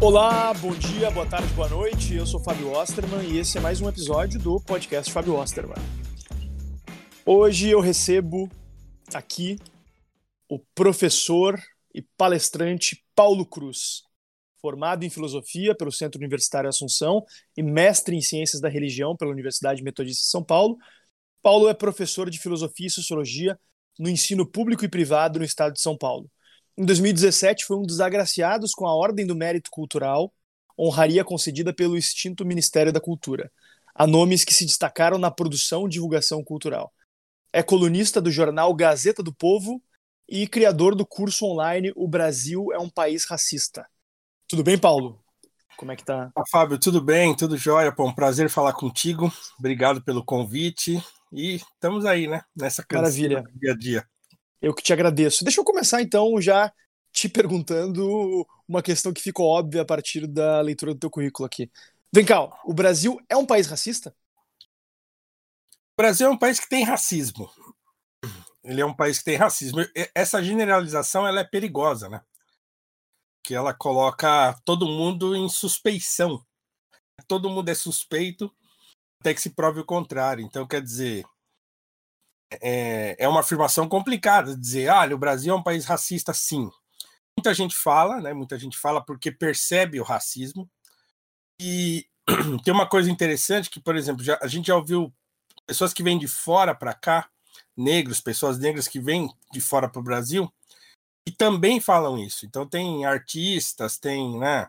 Olá, bom dia, boa tarde, boa noite. Eu sou Fábio Osterman e esse é mais um episódio do podcast Fábio Osterman. Hoje eu recebo aqui o professor e palestrante Paulo Cruz, formado em filosofia pelo Centro Universitário Assunção e mestre em ciências da religião pela Universidade Metodista de São Paulo. Paulo é professor de filosofia e sociologia no ensino público e privado no estado de São Paulo. Em 2017, foi um dos agraciados com a Ordem do Mérito Cultural, honraria concedida pelo extinto Ministério da Cultura, a nomes que se destacaram na produção e divulgação cultural. É colunista do jornal Gazeta do Povo e criador do curso online O Brasil é um País Racista. Tudo bem, Paulo? Como é que tá? Fábio, tudo bem? Tudo jóia? Pô, um prazer falar contigo. Obrigado pelo convite. E estamos aí, né? Nessa canseira do dia a dia. Eu que te agradeço. Deixa eu começar, então, já te perguntando uma questão que ficou óbvia a partir da leitura do teu currículo aqui. Vem cá, o Brasil é um país racista? O Brasil é um país que tem racismo. Ele é um país que tem racismo. Essa generalização ela é perigosa, né? Que ela coloca todo mundo em suspeição. Todo mundo é suspeito até que se prove o contrário. Então, quer dizer, é uma afirmação complicada dizer, o Brasil é um país racista, sim. Muita gente fala, né? Muita gente fala porque percebe o racismo. E tem uma coisa interessante que, por exemplo, a gente já ouviu pessoas que vêm de fora para cá, pessoas negras que vêm de fora para o Brasil, e também falam isso. Então tem artistas, tem, né?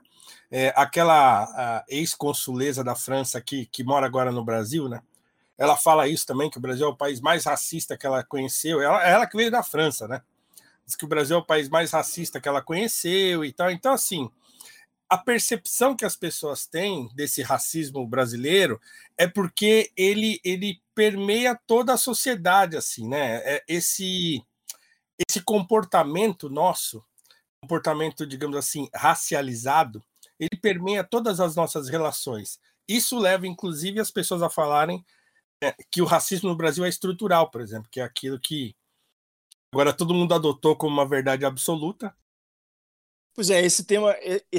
Aquela ex-consuleza da França que mora agora no Brasil, né? Ela fala isso também, que o Brasil é o país mais racista que ela conheceu. Ela que veio da França, né? Diz que o Brasil é o país mais racista que ela conheceu e tal. Então, assim, a percepção que as pessoas têm desse racismo brasileiro é porque ele permeia toda a sociedade, assim, né? Esse comportamento nosso, comportamento, digamos assim, racializado, ele permeia todas as nossas relações. Isso leva, inclusive, as pessoas a falarem que o racismo no Brasil é estrutural, por exemplo, que é aquilo que agora todo mundo adotou como uma verdade absoluta. Pois é, esse termo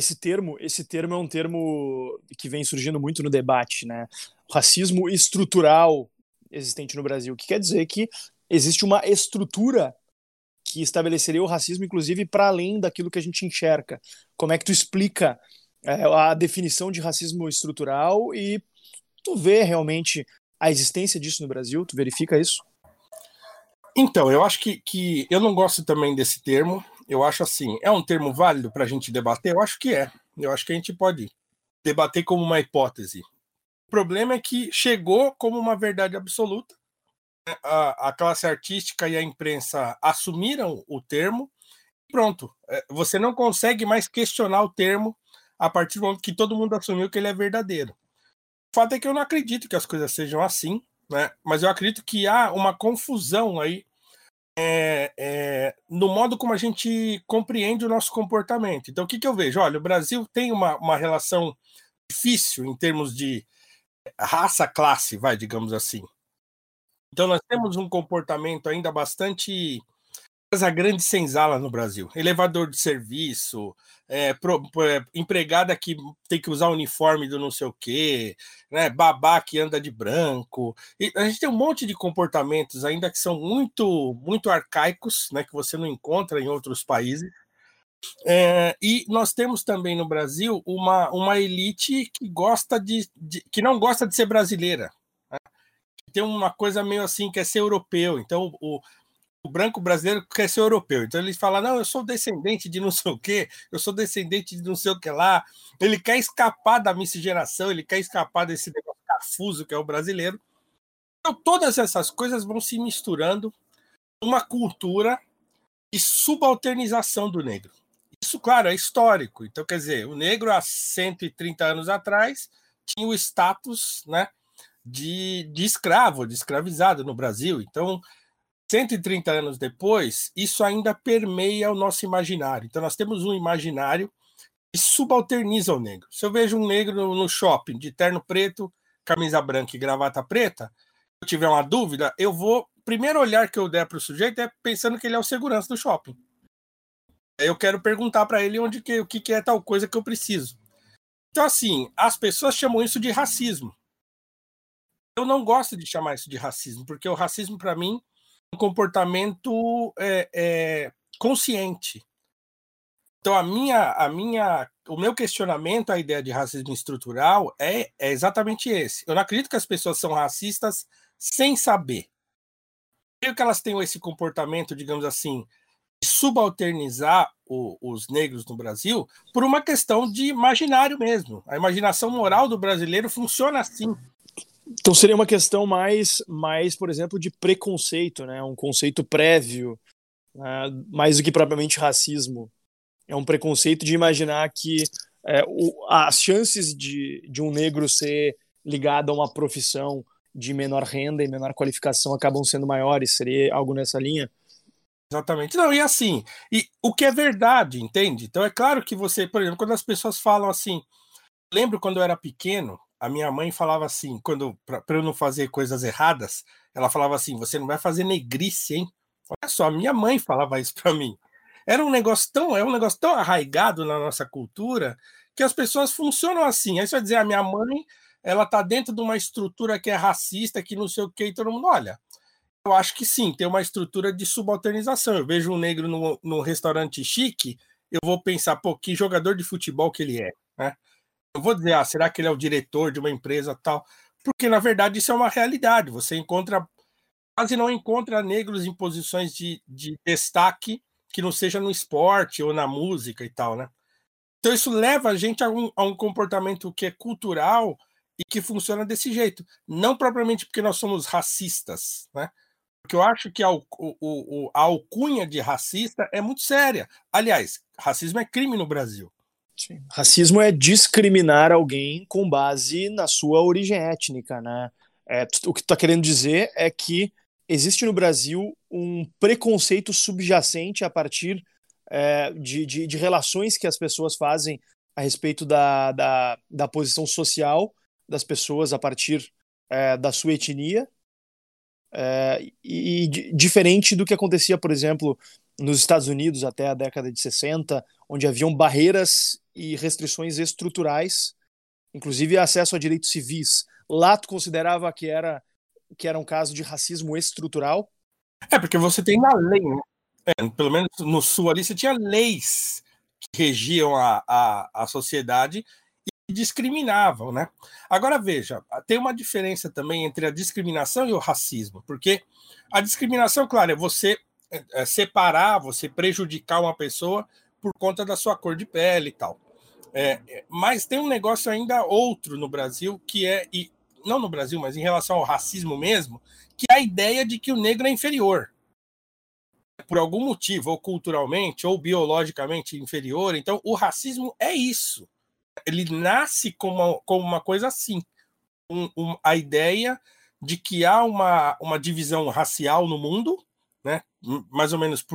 é um termo que vem surgindo muito no debate, né? O racismo estrutural existente no Brasil, que quer dizer que existe uma estrutura que estabeleceria o racismo, inclusive, para além daquilo que a gente enxerga. Como é que tu explica a definição de racismo estrutural e tu vê realmente a existência disso no Brasil? Tu verifica isso? Então, eu acho que eu não gosto também desse termo. Eu acho assim, é um termo válido para a gente debater? Eu acho que é. Eu acho que a gente pode debater como uma hipótese. O problema é que chegou como uma verdade absoluta. A classe artística e a imprensa assumiram o termo. Pronto. Você não consegue mais questionar o termo a partir do momento que todo mundo assumiu que ele é verdadeiro. O fato é que eu não acredito que as coisas sejam assim, né? Mas eu acredito que há uma confusão aí no modo como a gente compreende o nosso comportamento. Então, o que eu vejo? Olha, o Brasil tem uma relação difícil em termos de raça-classe, digamos assim. Então, nós temos um comportamento ainda bastante casa grande senzala no Brasil. Elevador de serviço, empregada que tem que usar uniforme do não sei o quê, né? Babá que anda de branco. E a gente tem um monte de comportamentos ainda que são muito, muito arcaicos, né? Que você não encontra em outros países. E nós temos também no Brasil uma elite que que não gosta de ser brasileira. Né? Tem uma coisa meio assim que é ser europeu. Então, o branco brasileiro quer ser europeu. Então ele fala, não, eu sou descendente de não sei o quê, eu sou descendente de não sei o que lá. Ele quer escapar da miscigenação, ele quer escapar desse negócio cafuso que é o brasileiro. Então todas essas coisas vão se misturando numa cultura de subalternização do negro. Isso, claro, é histórico. Então, quer dizer, o negro há 130 anos atrás tinha o status, né, de escravo, de escravizado no Brasil. Então, 130 anos depois, isso ainda permeia o nosso imaginário. Então, nós temos um imaginário que subalterniza o negro. Se eu vejo um negro no shopping, de terno preto, camisa branca e gravata preta, se eu tiver uma dúvida, eu vou... O primeiro olhar que eu der para o sujeito é pensando que ele é o segurança do shopping. Eu quero perguntar para ele o que é tal coisa que eu preciso. Então, assim, as pessoas chamam isso de racismo. Eu não gosto de chamar isso de racismo, porque o racismo, para mim, é um comportamento consciente. Então, o meu questionamento à ideia de racismo estrutural é exatamente esse. Eu não acredito que as pessoas são racistas sem saber. Creio que elas tenham esse comportamento, digamos assim, de subalternizar os negros no Brasil por uma questão de imaginário mesmo. A imaginação moral do brasileiro funciona assim. Então seria uma questão mais, por exemplo, de preconceito, né? Um conceito prévio, né? Mais do que propriamente racismo. É um preconceito de imaginar que as chances de um negro ser ligado a uma profissão de menor renda e menor qualificação acabam sendo maiores. Seria algo nessa linha? Exatamente. Não, e assim, e o que é verdade, entende? Então é claro que você, por exemplo, quando as pessoas falam assim, lembro quando eu era pequeno, a minha mãe falava assim, para eu não fazer coisas erradas, ela falava assim: você não vai fazer negrice, hein? Olha só, a minha mãe falava isso para mim. É um negócio tão arraigado na nossa cultura que as pessoas funcionam assim. Aí você vai dizer: a minha mãe, ela tá dentro de uma estrutura que é racista, que não sei o quê, e todo mundo olha. Eu acho que sim, tem uma estrutura de subalternização. Eu vejo um negro no restaurante chique, eu vou pensar, pô, que jogador de futebol que ele é, né? Eu vou dizer, será que ele é o diretor de uma empresa tal? Porque, na verdade, isso é uma realidade. Você quase não encontra negros em posições de destaque que não seja no esporte ou na música e tal, né? Então, isso leva a gente a um comportamento que é cultural e que funciona desse jeito. Não propriamente porque nós somos racistas, né? Porque eu acho que a alcunha de racista é muito séria. Aliás, racismo é crime no Brasil. Sim. Racismo é discriminar alguém com base na sua origem étnica, né? O que tu está querendo dizer é que existe no Brasil um preconceito subjacente a partir de relações que as pessoas fazem a respeito da posição social das pessoas a partir da sua etnia, diferente do que acontecia, por exemplo, nos Estados Unidos até a década de 60, onde haviam barreiras e restrições estruturais, inclusive acesso a direitos civis. Lá tu considerava que era um caso de racismo estrutural? Porque você tem na lei, né? Pelo menos no Sul ali, você tinha leis que regiam a sociedade e discriminavam, né? Agora, veja, tem uma diferença também entre a discriminação e o racismo, porque a discriminação, claro, é você separar, você prejudicar uma pessoa por conta da sua cor de pele e tal. Mas tem um negócio ainda outro no Brasil, que e não no Brasil, mas em relação ao racismo mesmo, que é a ideia de que o negro é inferior. Por algum motivo, ou culturalmente, ou biologicamente inferior. Então, o racismo é isso. Ele nasce como uma coisa assim. A ideia de que há uma divisão racial no mundo, né? Mais ou menos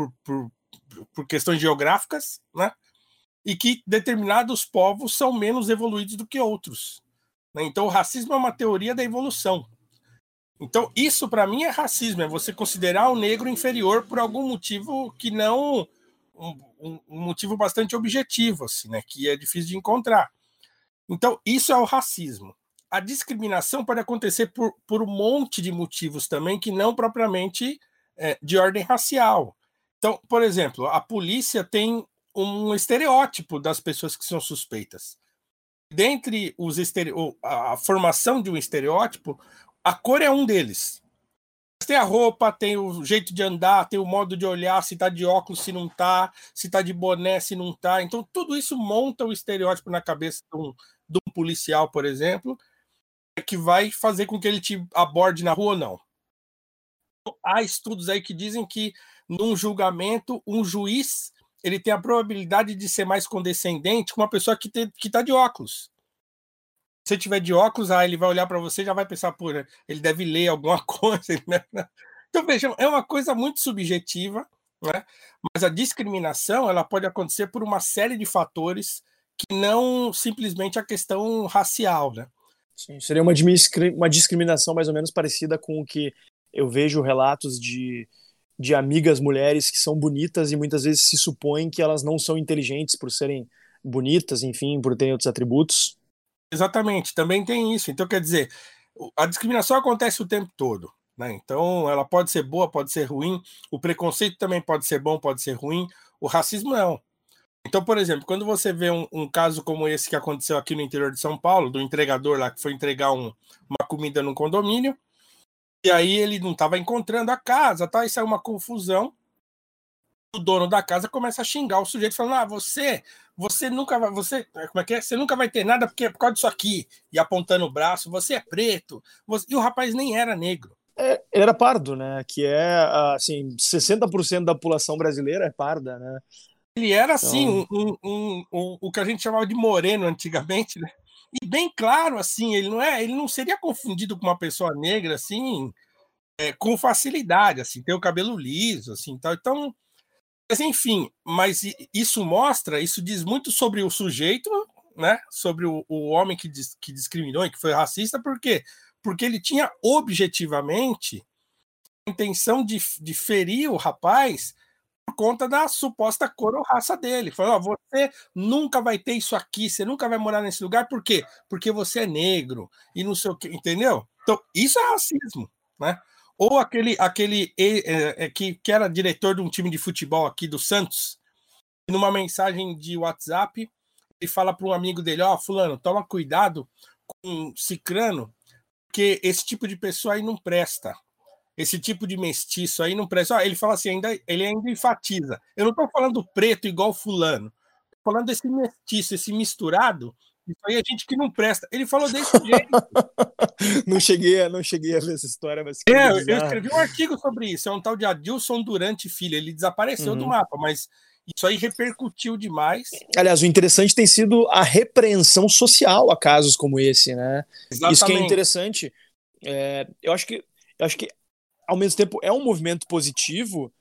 por questões geográficas, né? E que determinados povos são menos evoluídos do que outros. Né? Então, o racismo é uma teoria da evolução. Então, isso para mim é racismo, é você considerar o negro inferior por algum motivo que não. Um motivo bastante objetivo, assim, né? Que é difícil de encontrar. Então, isso é o racismo. A discriminação pode acontecer por um monte de motivos também, que não propriamente de ordem racial. Então, por exemplo, a polícia tem um estereótipo das pessoas que são suspeitas. Dentre a formação de um estereótipo, a cor é um deles. Tem a roupa, tem o jeito de andar, tem o modo de olhar, se está de óculos, se não está, se está de boné, se não está. Então, tudo isso monta o estereótipo na cabeça de um policial, por exemplo, que vai fazer com que ele te aborde na rua ou não. Há estudos aí que dizem que, num julgamento, um juiz ele tem a probabilidade de ser mais condescendente com uma pessoa que está de óculos. Se tiver de óculos, ele vai olhar para você e já vai pensar, pô, ele deve ler alguma coisa. Né? Então, vejam, é uma coisa muito subjetiva, né? Mas a discriminação ela pode acontecer por uma série de fatores que não simplesmente a questão racial. Né? Sim, seria uma discriminação mais ou menos parecida com o que eu vejo relatos de amigas mulheres que são bonitas e muitas vezes se supõem que elas não são inteligentes por serem bonitas, enfim, por terem outros atributos. Exatamente, também tem isso. Então, quer dizer, a discriminação acontece o tempo todo, né? Então, ela pode ser boa, pode ser ruim, o preconceito também pode ser bom, pode ser ruim, o racismo não. Então, por exemplo, quando você vê um caso como esse que aconteceu aqui no interior de São Paulo, do entregador lá que foi entregar uma comida num condomínio, e aí ele não estava encontrando a casa, tá? Isso é uma confusão. O dono da casa começa a xingar o sujeito, falando: ah, você nunca vai, como é que é? Você nunca vai ter nada porque é por causa disso aqui, e apontando o braço, você é preto, e o rapaz nem era negro. Ele era pardo, né? Que é, assim, 60% da população brasileira é parda, né? Ele era, assim, Então, o que a gente chamava de moreno antigamente, né? E bem claro, assim, ele não seria confundido com uma pessoa negra, assim, com facilidade, assim, ter o cabelo liso, assim, tal. Então, mas enfim, mas isso diz muito sobre o sujeito, né? Sobre o homem que discriminou e que foi racista, por quê? Porque ele tinha objetivamente a intenção de ferir o rapaz por conta da suposta cor ou raça dele. Falou: oh, você nunca vai ter isso aqui, você nunca vai morar nesse lugar, por quê? Porque você é negro e não sei o quê, entendeu? Então, isso é racismo, né? Ou aquele que era diretor de um time de futebol aqui do Santos, numa mensagem de WhatsApp, ele fala para um amigo dele: ó, fulano, toma cuidado com cicrano, porque esse tipo de pessoa aí não presta. Esse tipo de mestiço aí não presta. Ó, ele fala assim, ele ainda enfatiza. Eu não estou falando preto igual fulano. Estou falando desse mestiço, esse misturado. Isso aí é gente que não presta. Ele falou desse jeito. não cheguei a ver essa história, mas que Eu bizarro. escrevi um artigo sobre isso. É um tal de Adilson Durante Filho. Ele desapareceu do mapa, mas isso aí repercutiu demais. Aliás, o interessante tem sido a repreensão social a casos como esse, né? Isso que é Exatamente. interessante. Eu acho que ao mesmo tempo é um movimento positivo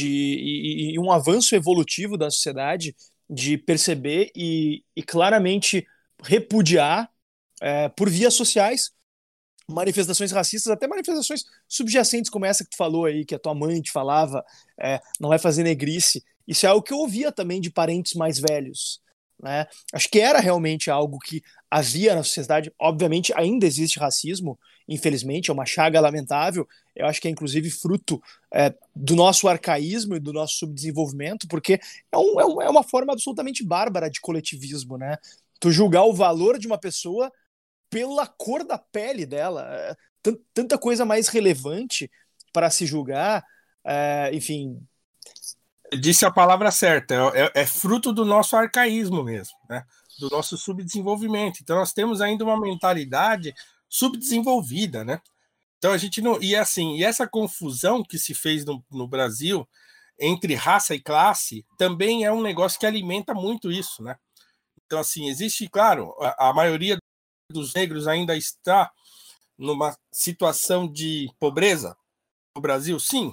e um avanço evolutivo da sociedade de perceber e claramente repudiar por vias sociais manifestações racistas, até manifestações subjacentes como essa que tu falou aí, que a tua mãe te falava, não vai fazer negrice. Isso é algo que eu ouvia também de parentes mais velhos, né? Acho que era realmente algo que havia na sociedade. Obviamente ainda existe racismo, infelizmente, é uma chaga lamentável. Eu acho que é inclusive fruto do nosso arcaísmo e do nosso subdesenvolvimento, porque é uma forma absolutamente bárbara de coletivismo, né? Tu julgar o valor de uma pessoa pela cor da pele dela. Tanta coisa mais relevante para se julgar, enfim. Disse a palavra certa. É fruto do nosso arcaísmo mesmo, né? Do nosso subdesenvolvimento. Então, nós temos ainda uma mentalidade subdesenvolvida, né? Então, a gente não. E assim, e essa confusão que se fez no Brasil entre raça e classe também é um negócio que alimenta muito isso, né? Então, assim, existe, claro, a maioria dos negros ainda está numa situação de pobreza no Brasil, sim.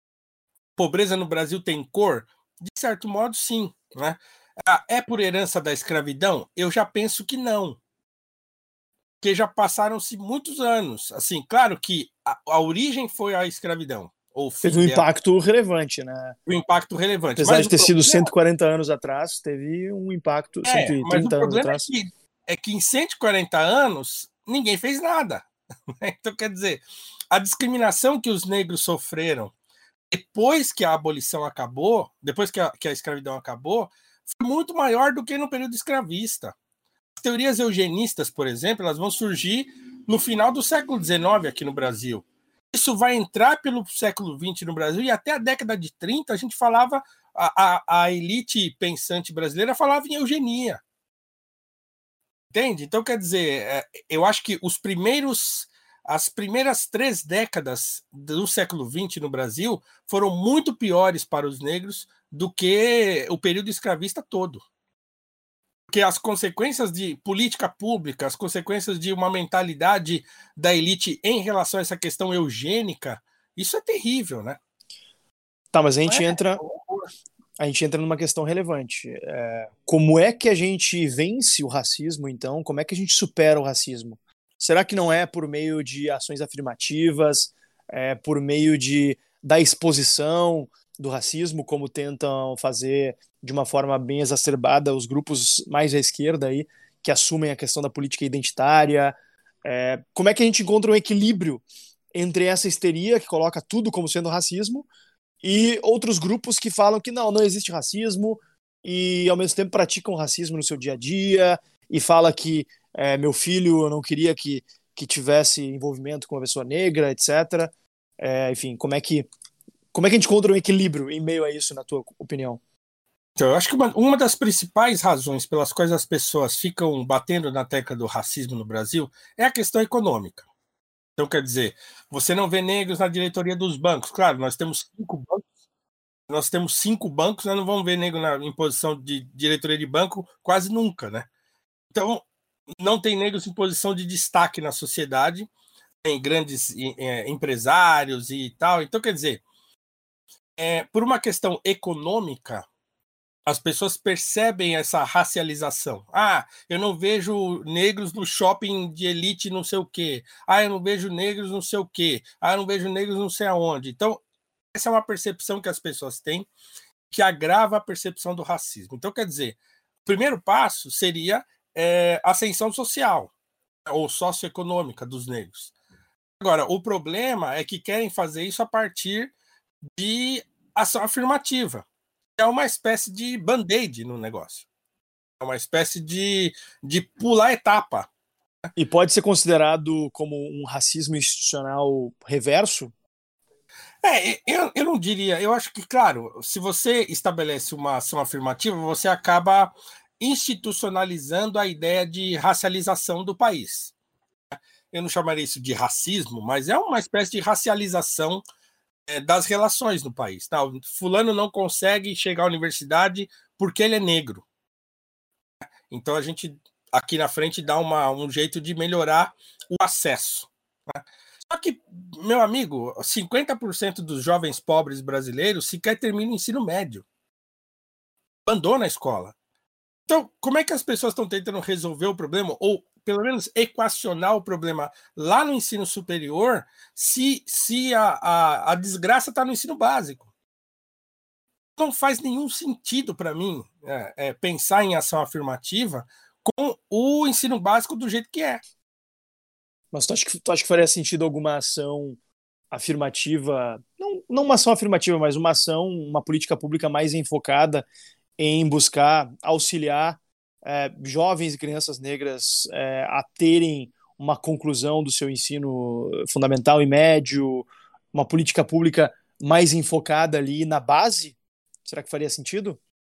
Pobreza no Brasil tem cor? De certo modo, sim. Né? É por herança da escravidão? Eu já penso que não. Porque já passaram-se muitos anos. Assim, claro que a origem foi a escravidão, ou o Teve um fim dela, impacto relevante, né? o impacto relevante. Apesar Mas de o ter sido problema 140 anos atrás, teve um impacto mas o 130 anos problema atrás. é que em 140 anos ninguém fez nada. Então, quer dizer, a discriminação que os negros sofreram depois que a abolição acabou, depois que a escravidão acabou, foi muito maior do que no período escravista. As teorias eugenistas, por exemplo, elas vão surgir no final do século XIX aqui no Brasil. Isso vai entrar pelo século XX no Brasil e até a década de 30 a gente falava, a elite pensante brasileira falava em eugenia. Entende? Então, quer dizer, eu acho que as primeiras 3 décadas do século XX no Brasil foram muito piores para os negros do que o período escravista todo. Porque as consequências de política pública, as consequências de uma mentalidade da elite em relação a essa questão eugênica, isso é terrível, né? Tá, mas Não é? a gente entra numa questão relevante. Como é que a gente vence o racismo, então? Como é que a gente supera o racismo? Será que não é por meio de ações afirmativas, por meio da exposição do racismo, como tentam fazer de uma forma bem exacerbada os grupos mais à esquerda aí, que assumem a questão da política identitária. Como é que a gente encontra um equilíbrio entre essa histeria que coloca tudo como sendo racismo e outros grupos que falam que não existe racismo e ao mesmo tempo praticam racismo no seu dia a dia e fala que meu filho, eu não queria que tivesse envolvimento com uma pessoa negra, etc. Enfim, como é que a gente encontra um equilíbrio em meio a isso, na tua opinião? Então, eu acho que uma das principais razões pelas quais as pessoas ficam batendo na tecla do racismo no Brasil é a questão econômica. Então, quer dizer, você não vê negros na diretoria dos bancos. Claro, nós temos 5 bancos, nós não vamos ver negro em posição de diretoria de banco quase nunca, né? Então, não tem negros em posição de destaque na sociedade, tem grandes empresários e tal. Então, quer dizer, por uma questão econômica, as pessoas percebem essa racialização. Eu não vejo negros no shopping de elite não sei o quê. Eu não vejo negros não sei o quê. Eu não vejo negros não sei aonde. Então, essa é uma percepção que as pessoas têm que agrava a percepção do racismo. Então, quer dizer, o primeiro passo seria a ascensão social ou socioeconômica dos negros. Agora, o problema é que querem fazer isso a partir de ação afirmativa. É uma espécie de band-aid no negócio. É uma espécie de pular etapa. E pode ser considerado como um racismo institucional reverso? Eu não diria. Eu acho que, claro, se você estabelece uma ação afirmativa, você acaba institucionalizando a ideia de racialização do país. Eu não chamaria isso de racismo, mas é uma espécie de racialização das relações no país. Fulano não consegue chegar à universidade porque ele é negro. Então a gente aqui na frente dá um jeito de melhorar o acesso. Só que, meu amigo, 50% dos jovens pobres brasileiros sequer terminam o ensino médio. Abandona a escola. Então, como é que as pessoas estão tentando resolver o problema, ou pelo menos equacionar o problema lá no ensino superior, se a desgraça está no ensino básico? Não faz nenhum sentido para mim pensar em ação afirmativa com o ensino básico do jeito que é. Mas tu acha que faria sentido alguma ação afirmativa, não uma ação afirmativa, mas uma política pública mais enfocada em buscar auxiliar jovens e crianças negras a terem uma conclusão do seu ensino fundamental e médio, uma política pública mais enfocada ali na base? Será que faria sentido?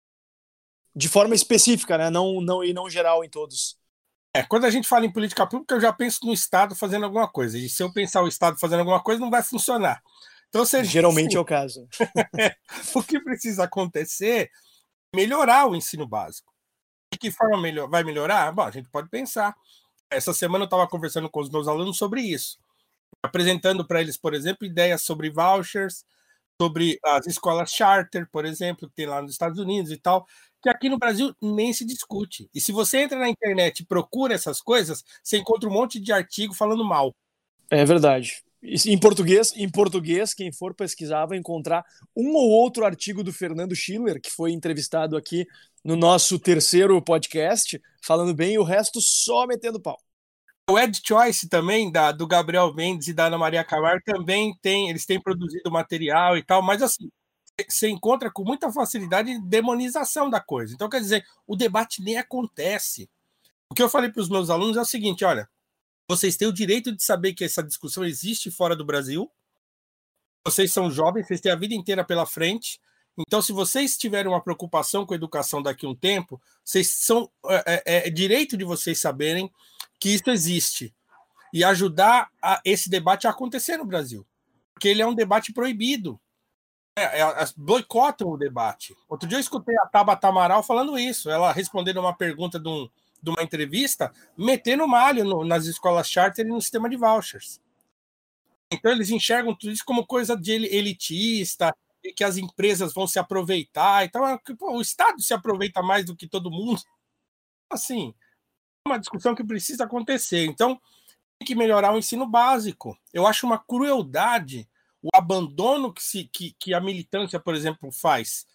De forma específica, né? Não geral em todos. Quando a gente fala em política pública, eu já penso no Estado fazendo alguma coisa. E se eu pensar o Estado fazendo alguma coisa, não vai funcionar. Então, geralmente é o caso. O que precisa acontecer é melhorar o ensino básico. De que forma vai melhorar? Bom, a gente pode pensar. Essa semana eu estava conversando com os meus alunos sobre isso, apresentando para eles, por exemplo, ideias sobre vouchers, sobre as escolas charter, por exemplo, que tem lá nos Estados Unidos e tal, que aqui no Brasil nem se discute. E se você entra na internet e procura essas coisas, você encontra um monte de artigo falando mal. É verdade. Em português, quem for pesquisar vai encontrar um ou outro artigo do Fernando Schiller, que foi entrevistado aqui no nosso terceiro podcast, falando bem, e o resto só metendo pau. O Ed Choice também, do Gabriel Mendes e da Ana Maria Camargo, também eles têm produzido material e tal, mas assim, você encontra com muita facilidade demonização da coisa. Então, quer dizer, o debate nem acontece. O que eu falei para os meus alunos é o seguinte, olha, vocês têm o direito de saber que essa discussão existe fora do Brasil, vocês são jovens, vocês têm a vida inteira pela frente, então se vocês tiverem uma preocupação com a educação daqui a um tempo, vocês são direito de vocês saberem que isso existe e ajudar esse debate a acontecer no Brasil, porque ele é um debate proibido. Boicotam o debate. Outro dia eu escutei a Tabata Amaral falando isso, ela respondendo uma pergunta de uma entrevista, metendo malho nas escolas charter e no sistema de vouchers. Então eles enxergam tudo isso como coisa de elitista, e que as empresas vão se aproveitar. Então, o Estado se aproveita mais do que todo mundo. Assim, é uma discussão que precisa acontecer. Então, tem que melhorar o ensino básico. Eu acho uma crueldade o abandono que a militância, por exemplo, faz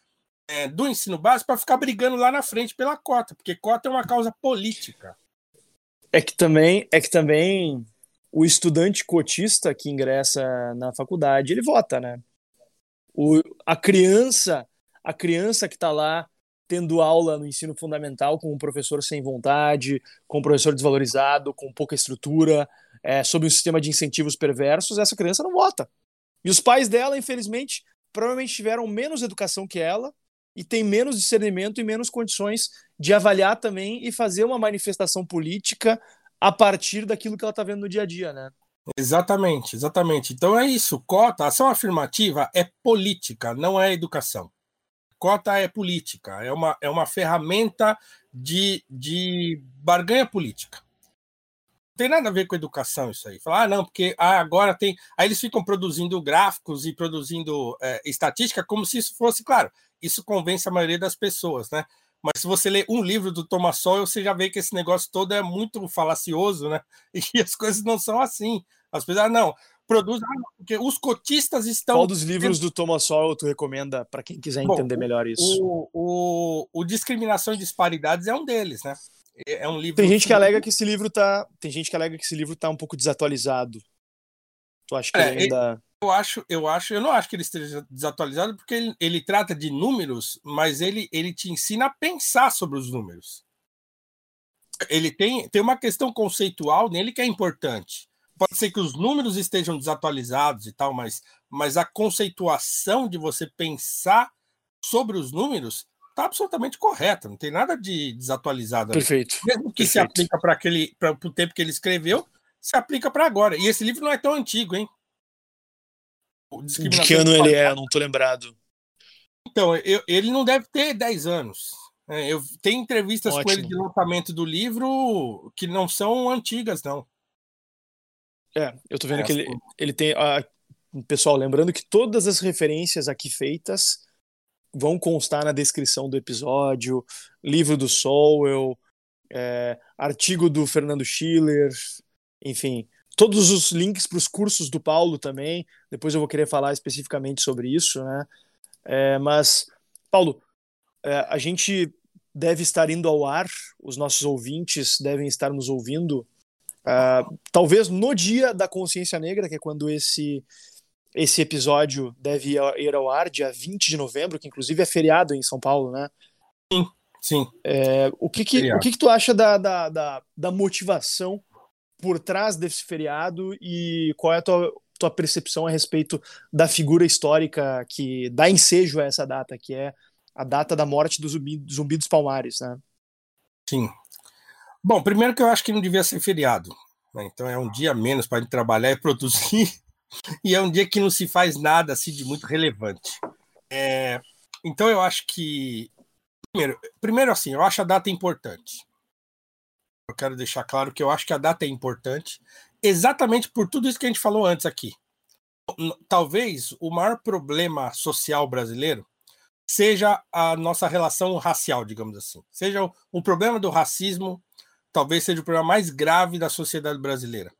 do ensino básico para ficar brigando lá na frente pela cota, porque cota é uma causa política. É que também o estudante cotista que ingressa na faculdade, ele vota, né? A criança que está lá tendo aula no ensino fundamental com um professor sem vontade, com um professor desvalorizado, com pouca estrutura, sob um sistema de incentivos perversos, essa criança não vota. E os pais dela, infelizmente, provavelmente tiveram menos educação que ela e têm menos discernimento e menos condições de avaliar também e fazer uma manifestação política a partir daquilo que ela está vendo no dia a dia, né? Exatamente, exatamente. Então é isso. Cota, ação afirmativa é política, não é educação. Cota é política, é uma ferramenta de barganha política. Não tem nada a ver com educação isso aí. Falar, não, porque agora tem. Aí eles ficam produzindo gráficos e produzindo estatística como se isso fosse, claro, isso convence a maioria das pessoas, né? Mas se você ler um livro do Thomas Sowell, você já vê que esse negócio todo é muito falacioso, né? E as coisas não são assim. As pessoas, não, produz, porque os cotistas estão. Qual dos livros do Thomas Sowell tu recomenda para quem quiser entender melhor isso? O Discriminação e Disparidades é um deles, né? É um livro. Tem gente que alega que esse livro tá um pouco desatualizado. Tu acha que ele ainda... Eu não acho que ele esteja desatualizado, porque ele trata de números, mas ele te ensina a pensar sobre os números. Ele tem uma questão conceitual nele que é importante. Pode ser que os números estejam desatualizados e tal, mas a conceituação de você pensar sobre os números está absolutamente correta, não tem nada de desatualizado. Perfeito. Ali. Mesmo que se aplica para o tempo que ele escreveu, se aplica para agora. E esse livro não é tão antigo, hein? De que ano ele é? Eu não tô lembrado. Então, ele não deve ter 10 anos. Eu tenho entrevistas com ele de lançamento do livro que não são antigas, não. Eu tô vendo que ele tem... pessoal, lembrando que todas as referências aqui feitas vão constar na descrição do episódio, livro do Sowell, artigo do Fernando Schiller, enfim, todos os links para os cursos do Paulo também. Depois eu vou querer falar especificamente sobre isso, né? Mas, Paulo, a gente deve estar indo ao ar, os nossos ouvintes devem estar nos ouvindo, talvez no dia da Consciência Negra, que é quando esse episódio deve ir ao ar, dia 20 de novembro, que inclusive é feriado em São Paulo, né? Sim. O que tu acha da motivação por trás desse feriado e qual é a tua percepção a respeito da figura histórica que dá ensejo a essa data, que é a data da morte do Zumbi dos Palmares, né? Sim. Bom, primeiro que eu acho que não devia ser feriado, né? Então é um dia menos para trabalhar e produzir e é um dia que não se faz nada assim de muito relevante. Então eu acho que primeiro assim, eu acho a data importante. Eu quero deixar claro que eu acho que a data é importante exatamente por tudo isso que a gente falou antes aqui. Talvez o maior problema social brasileiro seja a nossa relação racial, digamos assim. Seja o problema do racismo, talvez seja o problema mais grave da sociedade brasileira.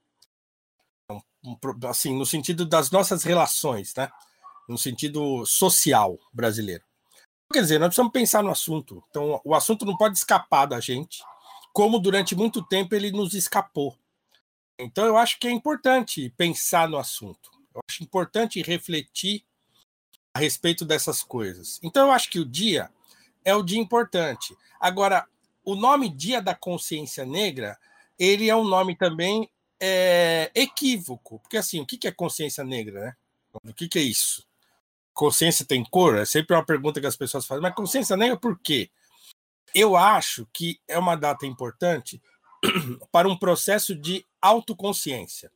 Assim, no sentido das nossas relações, né? No sentido social brasileiro. Quer dizer, nós precisamos pensar no assunto. Então, o assunto não pode escapar da gente, como durante muito tempo ele nos escapou. Então, eu acho que é importante pensar no assunto. Eu acho importante refletir a respeito dessas coisas. Então, eu acho que o dia é o dia importante. Agora, o nome Dia da Consciência Negra, ele é um nome também equívoco. Porque, assim, o que é consciência negra, né? O que é isso? Consciência tem cor? É sempre uma pergunta que as pessoas fazem. Mas consciência negra por quê? Eu acho que é uma data importante para um processo de autoconsciência.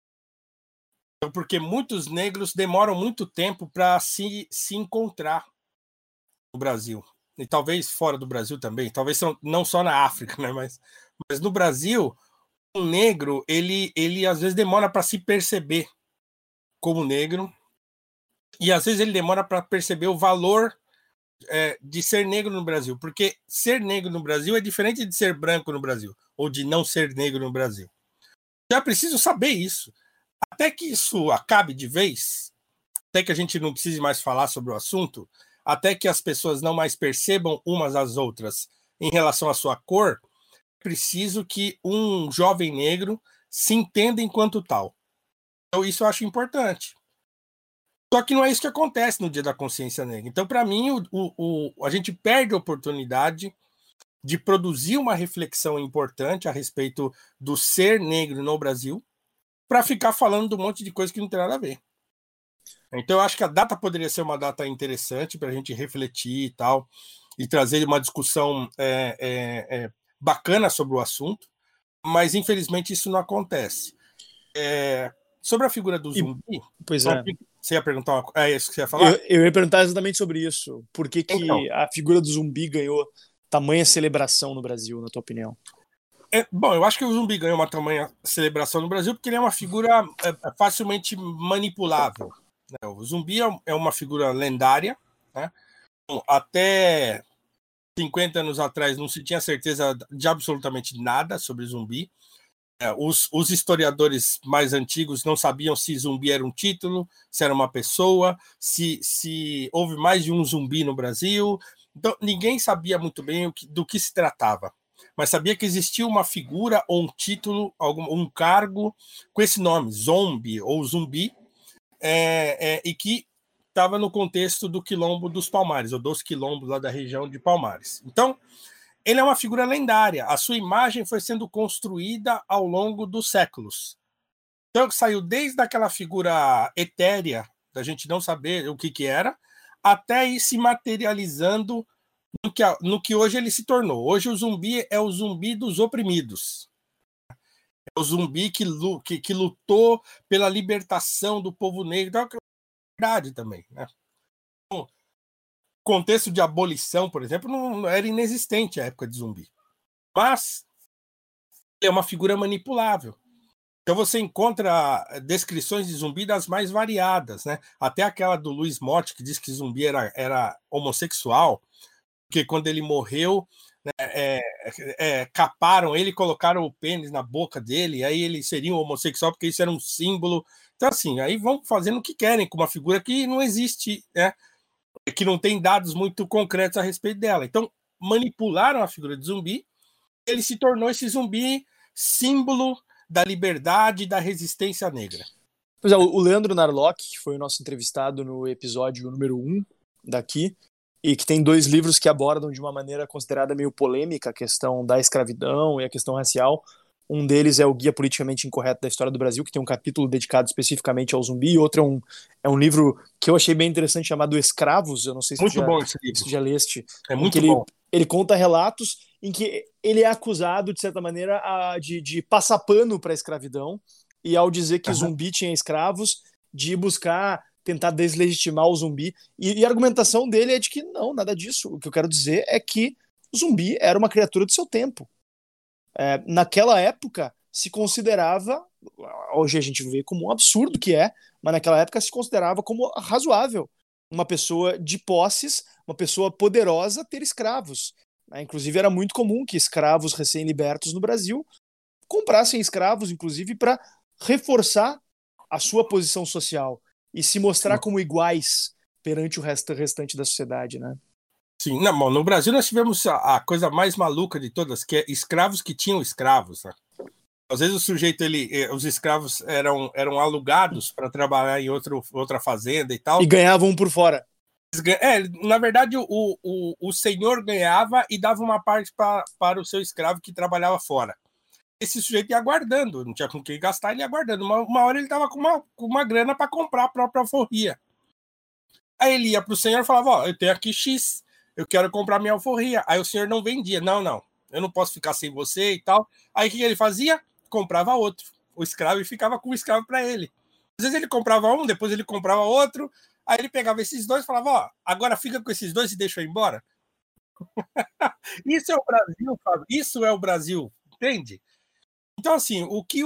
Porque muitos negros demoram muito tempo para se encontrar no Brasil. E talvez fora do Brasil também. Talvez não só na África, né? Mas no Brasil, o negro, ele às vezes demora para se perceber como negro. E às vezes ele demora para perceber o valor de ser negro no Brasil, porque ser negro no Brasil é diferente de ser branco no Brasil, ou de não ser negro no Brasil. Já preciso saber isso. Até que isso acabe de vez, até que a gente não precise mais falar sobre o assunto, até que as pessoas não mais percebam umas às outras em relação à sua cor, é preciso que um jovem negro se entenda enquanto tal. Então, isso eu acho importante. Só que não é isso que acontece no Dia da Consciência Negra. Então, para mim, a gente perde a oportunidade de produzir uma reflexão importante a respeito do ser negro no Brasil, para ficar falando de um monte de coisa que não tem nada a ver. Então, eu acho que a data poderia ser uma data interessante para a gente refletir e tal, e trazer uma discussão bacana sobre o assunto, mas, infelizmente, isso não acontece. Sobre a figura do zumbi... Pois é. Você ia perguntar É isso que você ia falar? Eu ia perguntar exatamente sobre isso. Por que Então, a figura do zumbi ganhou tamanha celebração no Brasil, na tua opinião? Bom, eu acho que o zumbi ganhou uma tamanha celebração no Brasil porque ele é uma figura facilmente manipulável. Né? O zumbi é uma figura lendária. Né? Até 50 anos atrás não se tinha certeza de absolutamente nada sobre zumbi. Os historiadores mais antigos não sabiam se zumbi era um título, se era uma pessoa, se houve mais de um zumbi no Brasil. Então, ninguém sabia muito bem do que se tratava, mas sabia que existia uma figura ou um título, um cargo com esse nome, zombie ou zumbi, e que estava no contexto do Quilombo dos Palmares, ou dos quilombos lá da região de Palmares. Então, ele é uma figura lendária. A sua imagem foi sendo construída ao longo dos séculos. Então, saiu desde aquela figura etérea, da gente não saber o que era, até ir se materializando no que hoje ele se tornou. Hoje o zumbi é o zumbi dos oprimidos. É o zumbi que lutou pela libertação do povo negro. Então, é verdade também. Né? Então, contexto de abolição, por exemplo, não era inexistente a época de zumbi. Mas ele é uma figura manipulável. Então você encontra descrições de zumbi das mais variadas, né? Até aquela do Luiz Motti, que diz que zumbi era homossexual, porque quando ele morreu, né, caparam ele, colocaram o pênis na boca dele, e aí ele seria um homossexual, porque isso era um símbolo. Então, assim, aí vão fazendo o que querem com uma figura que não existe, né? Que não tem dados muito concretos a respeito dela. Então, manipularam a figura de zumbi, ele se tornou esse zumbi símbolo da liberdade e da resistência negra. Pois é, o Leandro Narlock, que foi o nosso entrevistado no episódio número 1 daqui, e que tem 2 livros que abordam de uma maneira considerada meio polêmica a questão da escravidão e a questão racial. Um deles é o Guia Politicamente Incorreto da História do Brasil, que tem um capítulo dedicado especificamente ao zumbi, e outro é um livro que eu achei bem interessante, chamado Escravos. Eu não sei se muito bom esse livro. Se tu já leste. É muito bom. Ele conta relatos em que ele é acusado, de certa maneira, de passar pano para a escravidão, e ao dizer que zumbi tinha escravos, de buscar tentar deslegitimar o zumbi. E a argumentação dele é de que não, nada disso. O que eu quero dizer é que o zumbi era uma criatura do seu tempo. Naquela época se considerava, hoje a gente vê como um absurdo que mas naquela época se considerava como razoável uma pessoa de posses, uma pessoa poderosa ter escravos. Inclusive era muito comum que escravos recém-libertos no Brasil comprassem escravos, inclusive para reforçar a sua posição social e se mostrar como iguais perante o restante da sociedade, né? Sim, não, no Brasil nós tivemos a coisa mais maluca de todas, que é escravos que tinham escravos. Né? Às vezes o sujeito, os escravos eram alugados para trabalhar em outra fazenda e tal. E ganhavam por fora. Na verdade, o senhor ganhava e dava uma parte para o seu escravo que trabalhava fora. Esse sujeito ia aguardando, não tinha com quem gastar, ele ia aguardando. Uma hora ele estava com uma grana para comprar a própria alforria. Aí ele ia para o senhor e falava, eu tenho aqui X, eu quero comprar minha alforria. Aí o senhor não vendia. Não, eu não posso ficar sem você e tal. Aí o que ele fazia? Comprava outro. O escravo, e ficava com o escravo para ele. Às vezes ele comprava um, depois ele comprava outro. Aí ele pegava esses dois e falava, agora fica com esses dois e deixa eu ir embora. Isso é o Brasil, Fábio. Isso é o Brasil, entende? Então, assim, o que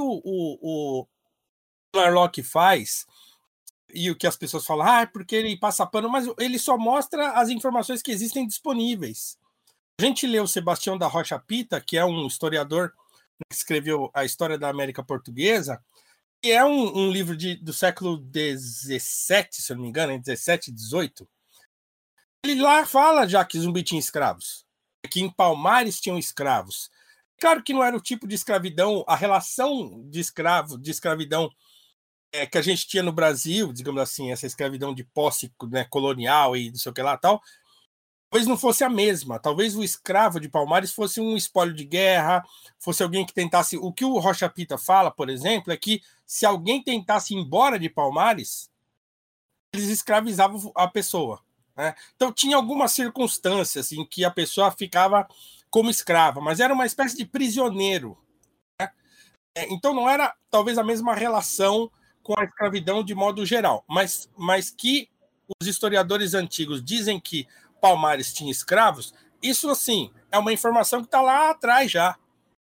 o Narlock faz, e o que as pessoas falam, é porque ele passa pano, mas ele só mostra as informações que existem disponíveis. A gente leu Sebastião da Rocha Pita, que é um historiador que escreveu a História da América Portuguesa, que é um livro do século XVII, se eu não me engano, 17, 18. Ele lá fala já que Zumbi tinha escravos, que em Palmares tinham escravos. Claro que não era o tipo de escravidão, a relação de escravidão que a gente tinha no Brasil, digamos assim, essa escravidão de posse, né, colonial e não sei o que lá tal, talvez não fosse a mesma. Talvez o escravo de Palmares fosse um espólio de guerra, fosse alguém que tentasse... O que o Rocha Pita fala, por exemplo, é que se alguém tentasse ir embora de Palmares, eles escravizavam a pessoa, né? Então tinha algumas circunstâncias em que a pessoa ficava como escrava, mas era uma espécie de prisioneiro, né? Então não era talvez a mesma relação com a escravidão de modo geral, mas que os historiadores antigos dizem que Palmares tinha escravos, isso assim é uma informação que está lá atrás já.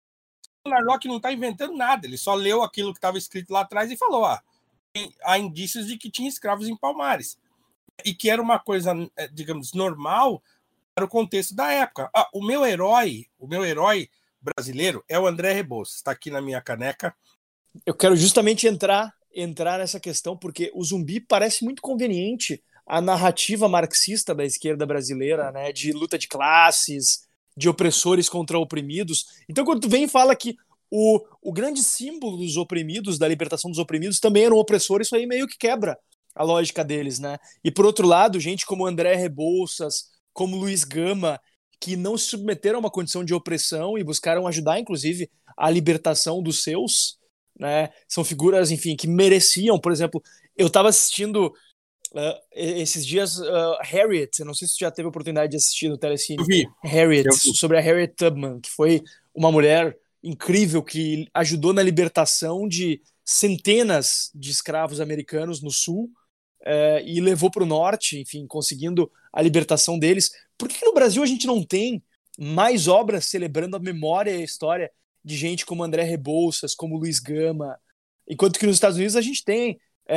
O Narlock não está inventando nada, ele só leu aquilo que estava escrito lá atrás e falou: há indícios de que tinha escravos em Palmares e que era uma coisa, digamos, normal para o contexto da época. O meu herói brasileiro é o André Rebouças, está aqui na minha caneca. Eu quero justamente entrar nessa questão, porque o Zumbi parece muito conveniente a narrativa marxista da esquerda brasileira, né, de luta de classes, de opressores contra oprimidos. Então, quando tu vem e fala que o grande símbolo dos oprimidos, da libertação dos oprimidos, também era um opressor, isso aí meio que quebra a lógica deles, né? E por outro lado, gente como André Rebouças, como Luiz Gama, que não se submeteram a uma condição de opressão e buscaram ajudar, inclusive, a libertação dos seus, né? São figuras, enfim, que mereciam. Por exemplo, eu estava assistindo esses dias Harriet, eu não sei se você já teve a oportunidade de assistir no Telecine. Harriet, sobre a Harriet Tubman, que foi uma mulher incrível que ajudou na libertação de centenas de escravos americanos no sul e levou para o norte, enfim, conseguindo a libertação deles. Por que no Brasil a gente não tem mais obras celebrando a memória e a história de gente como André Rebouças, como Luiz Gama, enquanto que nos Estados Unidos a gente tem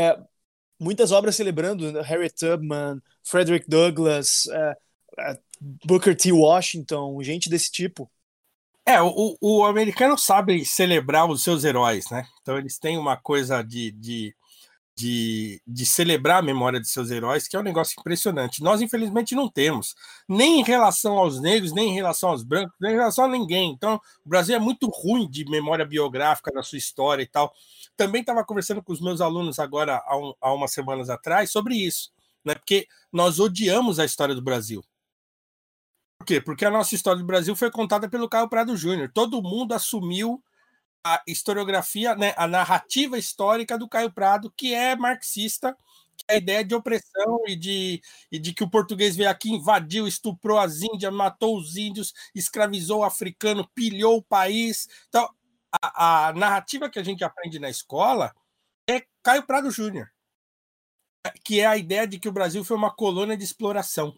muitas obras celebrando Harriet Tubman, Frederick Douglass, Booker T. Washington, gente desse tipo. O americano sabe celebrar os seus heróis, né? Então eles têm uma coisa de celebrar a memória de seus heróis, que é um negócio impressionante. Nós, infelizmente, não temos, nem em relação aos negros, nem em relação aos brancos, nem em relação a ninguém. Então, o Brasil é muito ruim de memória biográfica da sua história e tal. Também estava conversando com os meus alunos agora, há umas semanas atrás, sobre isso, né? Porque nós odiamos a história do Brasil. Por quê? Porque a nossa história do Brasil foi contada pelo Caio Prado Júnior. Todo mundo assumiu a historiografia, né, a narrativa histórica do Caio Prado, que é marxista, que é a ideia de opressão e de que o português veio aqui, invadiu, estuprou as índias, matou os índios, escravizou o africano, pilhou o país. Então, a narrativa que a gente aprende na escola é Caio Prado Júnior, que é a ideia de que o Brasil foi uma colônia de exploração.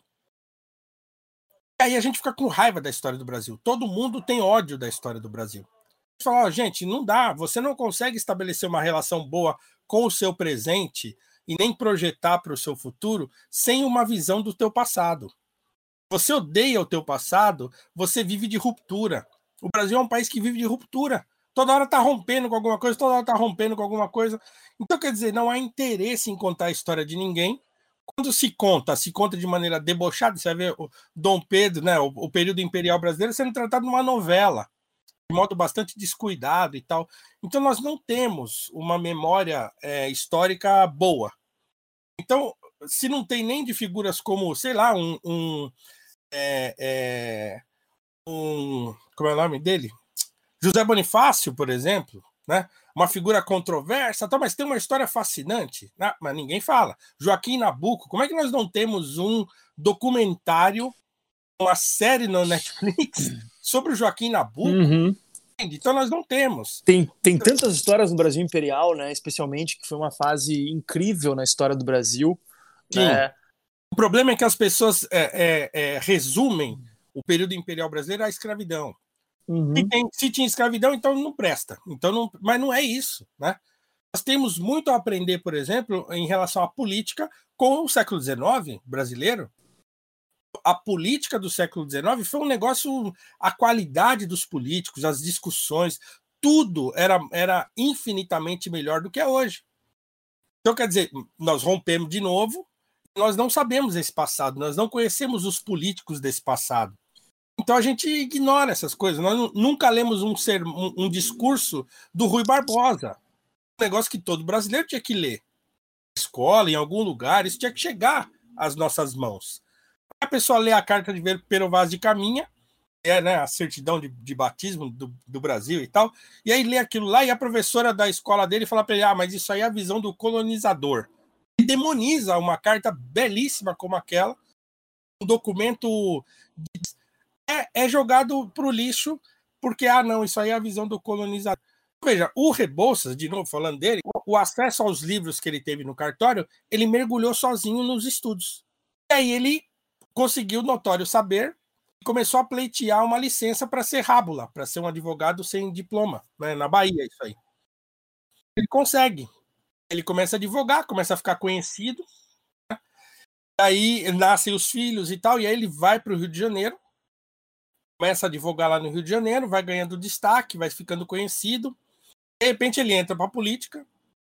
E aí a gente fica com raiva da história do Brasil. Todo mundo tem ódio da história do Brasil. Falar, gente, não dá, você não consegue estabelecer uma relação boa com o seu presente e nem projetar para o seu futuro sem uma visão do teu passado. Você odeia o teu passado, você vive de ruptura. O Brasil é um país que vive de ruptura. Toda hora está rompendo com alguma coisa, toda hora está rompendo com alguma coisa. Então, quer dizer, não há interesse em contar a história de ninguém. Quando se conta de maneira debochada. Você vai ver o Dom Pedro, né, o período imperial brasileiro, sendo tratado numa novela, de modo bastante descuidado e tal. Então, nós não temos uma memória histórica boa. Então, se não tem nem de figuras como, sei lá, como é o nome dele? José Bonifácio, por exemplo, né? Uma figura controversa, tá, mas tem uma história fascinante, né? Mas ninguém fala. Joaquim Nabuco, como é que nós não temos um documentário, uma série no Netflix sobre o Joaquim Nabuco? Uhum. Então nós não temos. Tem tantas histórias no Brasil Imperial, né? Especialmente, que foi uma fase incrível na história do Brasil. Sim. Né? O problema é que as pessoas resumem o período imperial brasileiro à escravidão. Uhum. Se tinha escravidão, então não presta. Então não, mas não é isso, né? Nós temos muito a aprender, por exemplo, em relação à política com o século XIX brasileiro. A política do século XIX foi um negócio, a qualidade dos políticos, as discussões, tudo era infinitamente melhor do que é hoje. Então, quer dizer, nós rompemos de novo, Nós não sabemos esse passado, nós não conhecemos os políticos desse passado. Então a gente ignora essas coisas. Nós nunca lemos um discurso do Rui Barbosa. Um negócio que todo brasileiro tinha que ler. Na escola, em algum lugar, isso tinha que chegar às nossas mãos. A pessoa lê a carta de Pero Vaz de Caminha, né, a certidão de batismo do Brasil e tal, e aí lê aquilo lá, e a professora da escola dele fala para ele, mas isso aí é a visão do colonizador. E demoniza uma carta belíssima como aquela, um documento é jogado para o lixo, porque, não, isso aí é a visão do colonizador. Veja, o Rebouças, de novo falando dele, o acesso aos livros que ele teve no cartório, ele mergulhou sozinho nos estudos. E aí ele conseguiu notório saber e começou a pleitear uma licença para ser rábula, para ser um advogado sem diploma, né, na Bahia, isso aí. Ele consegue. Ele começa a advogar, começa a ficar conhecido, né? Aí nascem os filhos e tal, e aí ele vai para o Rio de Janeiro, começa a advogar lá no Rio de Janeiro, vai ganhando destaque, vai ficando conhecido. De repente ele entra para a política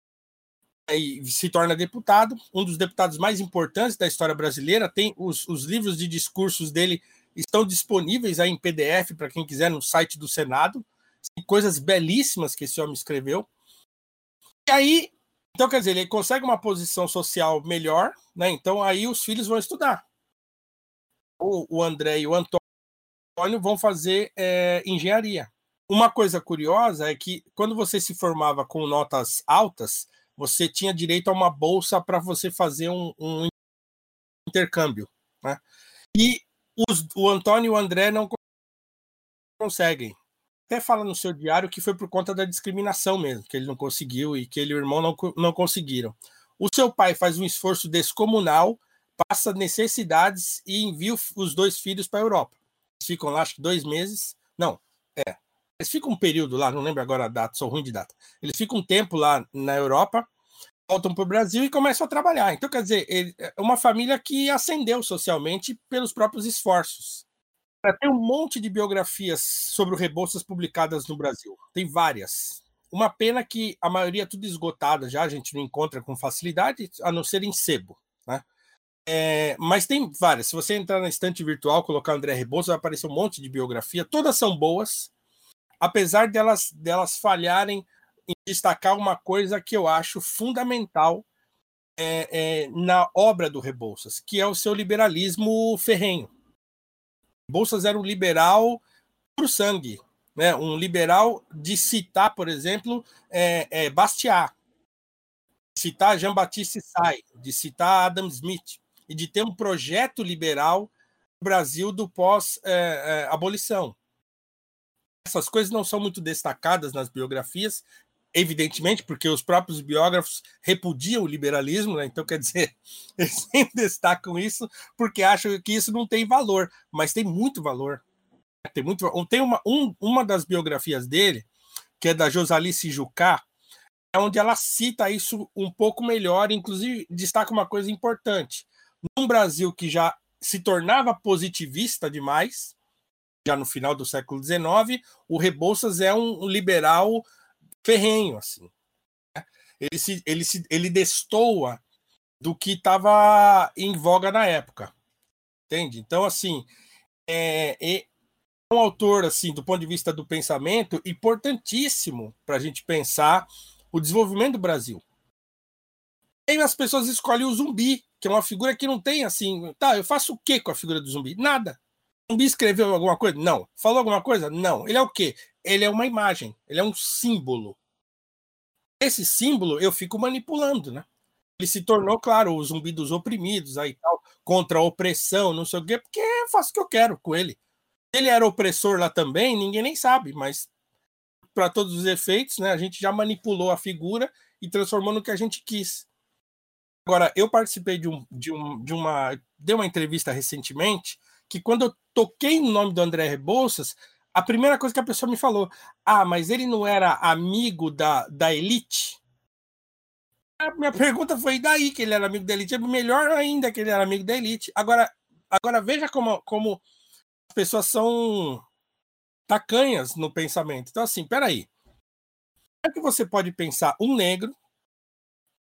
e se torna deputado, um dos deputados mais importantes da história brasileira. Tem os livros de discursos dele estão disponíveis aí em PDF para quem quiser no site do Senado. Tem coisas belíssimas que esse homem escreveu. E aí, então quer dizer, ele consegue uma posição social melhor, né? Então aí os filhos vão estudar. O André e o Antônio vão fazer engenharia. Uma coisa curiosa é que quando você se formava com notas altas, você tinha direito a uma bolsa para você fazer um intercâmbio, né? E o Antônio e o André não conseguem. Até fala no seu diário que foi por conta da discriminação mesmo, que ele não conseguiu e que ele e o irmão não conseguiram. O seu pai faz um esforço descomunal, passa necessidades e envia os dois filhos para a Europa. Eles ficam lá, acho que 2 meses. Não, eles ficam um período lá, não lembro agora a data, sou ruim de data. Eles ficam um tempo lá na Europa, voltam para o Brasil e começam a trabalhar. Então, quer dizer, é uma família que ascendeu socialmente pelos próprios esforços. Tem um monte de biografias sobre o Rebouças publicadas no Brasil. Tem várias. Uma pena que a maioria é tudo esgotada já, a gente não encontra com facilidade, a não ser em sebo, né? Mas tem várias. Se você entrar na estante virtual, colocar André Rebouças, vai aparecer um monte de biografia. Todas são boas, apesar delas falharem em destacar uma coisa que eu acho fundamental na obra do Rebouças, que é o seu liberalismo ferrenho. Rebouças era um liberal pro sangue, né? Um liberal de citar, por exemplo, Bastiat, de citar Jean-Baptiste Say, de citar Adam Smith, e de ter um projeto liberal no Brasil do pós-abolição. Essas coisas não são muito destacadas nas biografias, evidentemente, porque os próprios biógrafos repudiam o liberalismo, né? Então, quer dizer, eles sempre destacam isso porque acham que isso não tem valor, mas tem muito valor. Tem uma das biografias dele, que é da Josalice Jucá, onde ela cita isso um pouco melhor, inclusive destaca uma coisa importante. Num Brasil que já se tornava positivista demais, já no final do século XIX, o Rebouças é um liberal ferrenho, assim. Ele destoa do que estava em voga na época, entende? Então, assim, é um autor, assim, do ponto de vista do pensamento, importantíssimo para a gente pensar o desenvolvimento do Brasil. Aí as pessoas escolhem o Zumbi, que é uma figura que não tem, assim, tá, eu faço o que com a figura do Zumbi? Nada. O Zumbi escreveu alguma coisa? Não. Falou alguma coisa? Não. Ele é o quê? Ele é uma imagem, ele é um símbolo. Esse símbolo eu fico manipulando, né? Ele se tornou, claro, o Zumbi dos oprimidos, aí tal, contra a opressão, não sei o quê, porque eu faço o que eu quero com ele. Ele era opressor lá também, ninguém nem sabe, mas para todos os efeitos, né, a gente já manipulou a figura e transformou no que a gente quis. Agora, eu participei dei uma entrevista recentemente, que quando eu toquei no nome do André Rebouças, a primeira coisa que a pessoa me falou, mas ele não era amigo da elite? A minha pergunta foi, daí que ele era amigo da elite? É melhor ainda que ele era amigo da elite. Agora veja como as pessoas são tacanhas no pensamento. Então, assim, peraí. Como é que você pode pensar um negro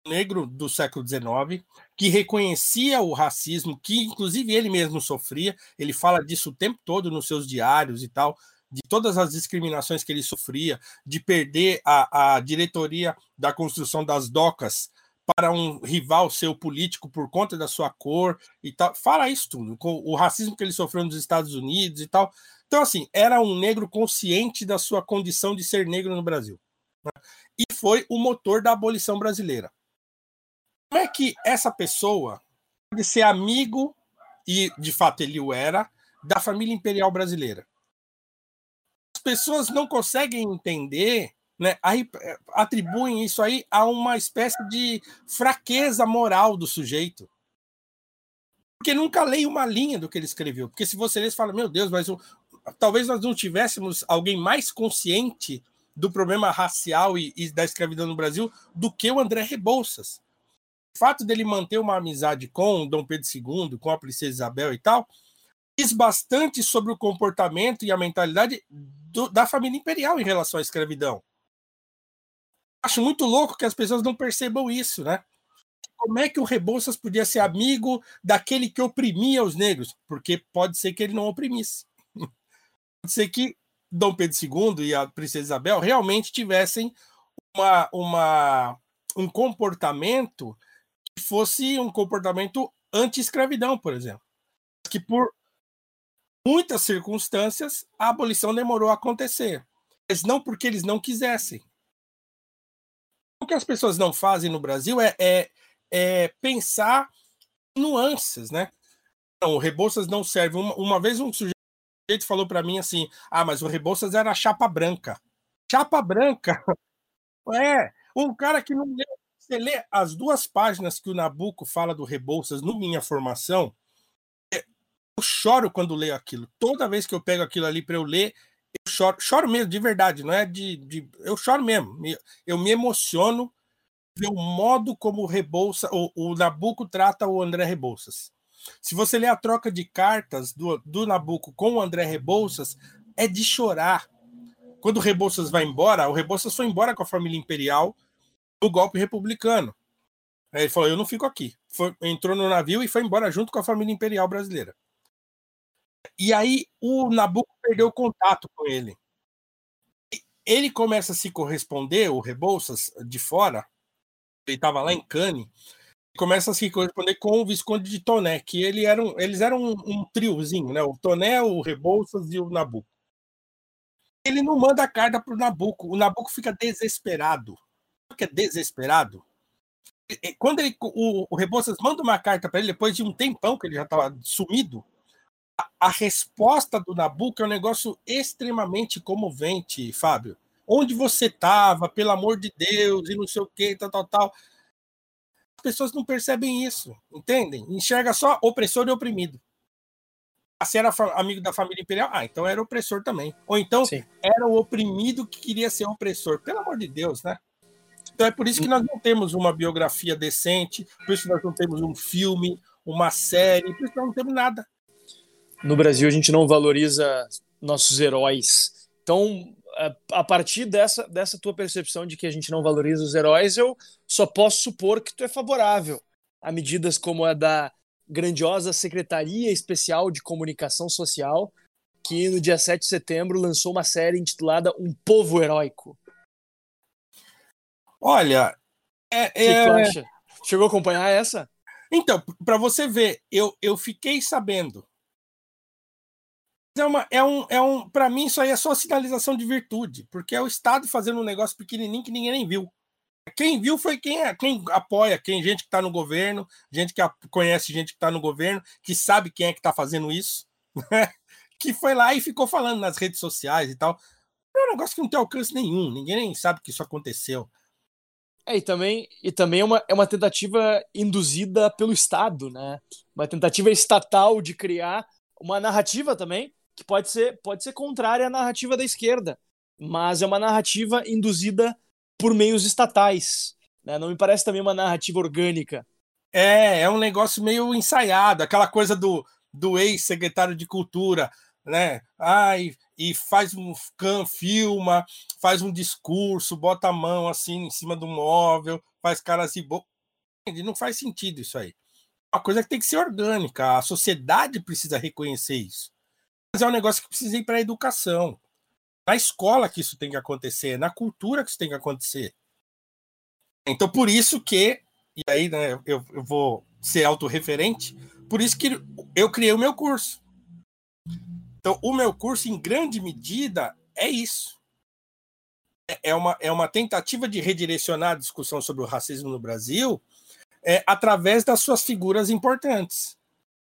negro do século XIX, que reconhecia o racismo, que inclusive ele mesmo sofria, ele fala disso o tempo todo nos seus diários e tal, de todas as discriminações que ele sofria, de perder a diretoria da construção das docas para um rival seu político por conta da sua cor e tal. Fala isso tudo, com o racismo que ele sofreu nos Estados Unidos e tal. Então, assim, era um negro consciente da sua condição de ser negro no Brasil. E foi o motor da abolição brasileira. Como é que essa pessoa pode ser amigo, e de fato ele o era, da família imperial brasileira? As pessoas não conseguem entender, né? Aí atribuem isso aí a uma espécie de fraqueza moral do sujeito. Porque nunca leem uma linha do que ele escreveu. Porque se você ler, você fala, meu Deus, mas talvez nós não tivéssemos alguém mais consciente do problema racial e da escravidão no Brasil do que o André Rebouças. O fato dele manter uma amizade com o Dom Pedro II, com a Princesa Isabel e tal, diz bastante sobre o comportamento e a mentalidade da família imperial em relação à escravidão. Acho muito louco que as pessoas não percebam isso, né? Como é que o Rebouças podia ser amigo daquele que oprimia os negros? Porque pode ser que ele não oprimisse. Pode ser que Dom Pedro II e a Princesa Isabel realmente tivessem um comportamento que fosse um comportamento anti-escravidão, por exemplo. Que por muitas circunstâncias a abolição demorou a acontecer. Mas não porque eles não quisessem. O que as pessoas não fazem no Brasil é pensar nuances, né? Não, o Rebouças não serve. Uma vez um sujeito falou para mim assim, mas o Rebouças era chapa branca. Chapa branca? Um cara que não leu. Você lê as 2 páginas que o Nabuco fala do Rebouças no Minha Formação, eu choro quando leio aquilo. Toda vez que eu pego aquilo ali para eu ler, eu choro mesmo, de verdade, não é eu choro mesmo. Eu me emociono ver o modo como o Nabuco trata o André Rebouças. Se você ler a troca de cartas do Nabuco com o André Rebouças, é de chorar. Quando o Rebouças vai embora, o Rebouças foi embora com a família imperial no golpe republicano. Aí ele falou, eu não fico aqui. Entrou no navio e foi embora junto com a família imperial brasileira. E aí o Nabuco perdeu contato com ele. Ele começa a se corresponder, o Rebouças, de fora, ele estava lá em Cannes, começa a se corresponder com o Visconde de Toné, que eles eram um triozinho, né? O Toné, o Rebouças e o Nabuco. Ele não manda a carta para o Nabuco fica desesperado. Sabe o que é desesperado? Quando o Rebouças manda uma carta para ele, depois de um tempão que ele já estava sumido, a resposta do Nabuco é um negócio extremamente comovente, Fábio. Onde você estava, pelo amor de Deus, e não sei o que, tal. As pessoas não percebem isso, entendem? Enxerga só opressor e oprimido. Se era amigo da família imperial, então era opressor também. Ou então Sim. Era o oprimido que queria ser opressor. Pelo amor de Deus, né? Então é por isso que nós não temos uma biografia decente, por isso que nós não temos um filme, uma série, por isso que nós não temos nada. No Brasil a gente não valoriza nossos heróis. Então, a partir dessa tua percepção de que a gente não valoriza os heróis, eu só posso supor que tu é favorável a medidas como a da grandiosa Secretaria Especial de Comunicação Social, que no dia 7 de setembro lançou uma série intitulada Um Povo Heróico. Olha, o que tu acha? Chegou a acompanhar essa? Então, para você ver, eu fiquei sabendo. Para mim, isso aí é só sinalização de virtude, porque é o Estado fazendo um negócio pequenininho que ninguém nem viu. Quem viu foi quem apoia, gente que está no governo, gente que conhece gente que está no governo, que sabe quem é que está fazendo isso, né? Que foi lá e ficou falando nas redes sociais e tal. É um negócio que não tem alcance nenhum, ninguém nem sabe que isso aconteceu. E também é uma tentativa induzida pelo Estado, né? Uma tentativa estatal de criar uma narrativa também, que pode ser contrária à narrativa da esquerda, mas é uma narrativa induzida por meios estatais, né? Não me parece também uma narrativa orgânica. É um negócio meio ensaiado, aquela coisa do ex-secretário de Cultura, né? E faz filma, faz um discurso, bota a mão assim em cima do móvel, faz cara assim, Não faz sentido isso aí. Uma coisa que tem que ser orgânica, a sociedade precisa reconhecer isso. Mas é um negócio que precisa ir para a educação. Na escola que isso tem que acontecer, na cultura que isso tem que acontecer. Então, por isso que, e aí, né, eu vou ser autorreferente, por isso que eu criei o meu curso. Então, o meu curso, em grande medida, é isso. É uma tentativa de redirecionar a discussão sobre o racismo no Brasil através das suas figuras importantes.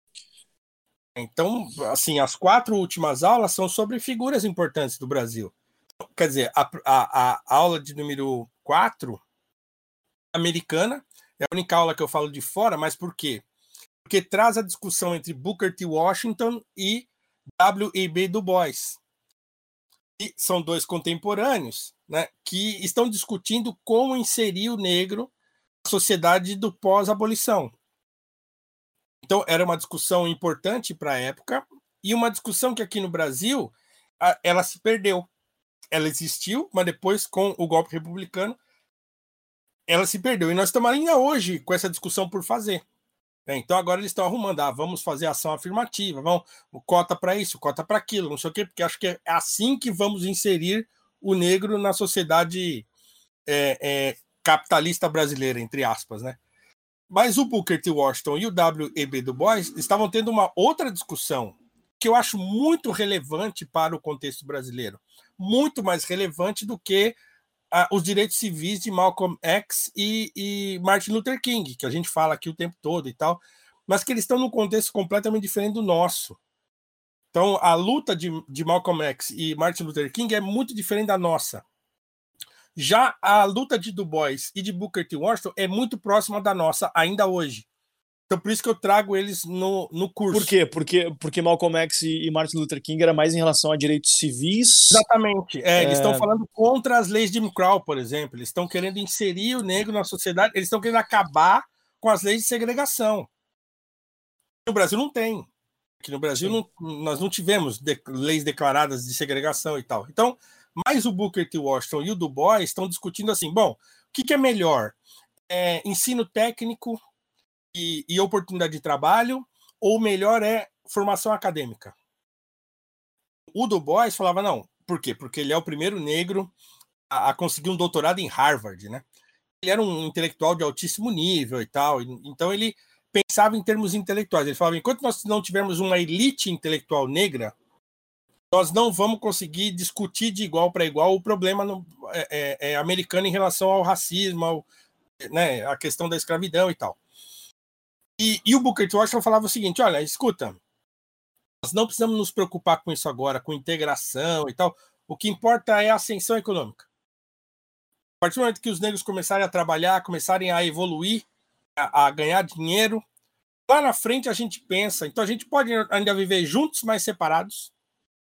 Então, assim, as 4 últimas aulas são sobre figuras importantes do Brasil. Quer dizer, a aula de número 4, americana, é a única aula que eu falo de fora, mas por quê? Porque traz a discussão entre Booker T. Washington e W.E.B. Du Bois. E são 2 contemporâneos, né, que estão discutindo como inserir o negro na sociedade do pós-abolição. Então, era uma discussão importante para a época e uma discussão que aqui no Brasil ela se perdeu. Ela existiu, mas depois, com o golpe republicano, ela se perdeu. E nós estamos ainda hoje com essa discussão por fazer. Então, agora eles estão arrumando, vamos fazer ação afirmativa, vamos cota para isso, cota para aquilo, não sei o quê, porque acho que é assim que vamos inserir o negro na sociedade capitalista brasileira, entre aspas, né? Mas o Booker T. Washington e o W.E.B. Du Bois estavam tendo uma outra discussão que eu acho muito relevante para o contexto brasileiro, muito mais relevante do que os direitos civis de Malcolm X e Martin Luther King, que a gente fala aqui o tempo todo e tal, mas que eles estão num contexto completamente diferente do nosso. Então, a luta de Malcolm X e Martin Luther King é muito diferente da nossa. Já a luta de Du Bois e de Booker T. Washington é muito próxima da nossa ainda hoje. Então, por isso que eu trago eles no curso. Por quê? Porque Malcolm X e Martin Luther King era mais em relação a direitos civis. Exatamente. Eles estão falando contra as leis de Jim Crow, por exemplo. Eles estão querendo inserir o negro na sociedade. Eles estão querendo acabar com as leis de segregação. No Brasil não tem. Aqui no Brasil nós não tivemos leis declaradas de segregação e tal. Então, mais o Booker T. Washington e o Du Bois estão discutindo assim, bom, o que é melhor? Ensino técnico e oportunidade de trabalho, ou melhor é formação acadêmica? O Du Bois falava, não, por quê? Porque ele é o primeiro negro a conseguir um doutorado em Harvard, né? Ele era um intelectual de altíssimo nível e tal, então ele pensava em termos intelectuais. Ele falava, enquanto nós não tivermos uma elite intelectual negra, nós não vamos conseguir discutir de igual para igual o problema americano em relação ao racismo, né, a questão da escravidão e tal. E o Booker T. Washington falava o seguinte, olha, escuta, nós não precisamos nos preocupar com isso agora, com integração e tal, o que importa é a ascensão econômica. A partir do momento que os negros começarem a trabalhar, começarem a evoluir, a ganhar dinheiro, lá na frente a gente pensa, então a gente pode ainda viver juntos, mas separados,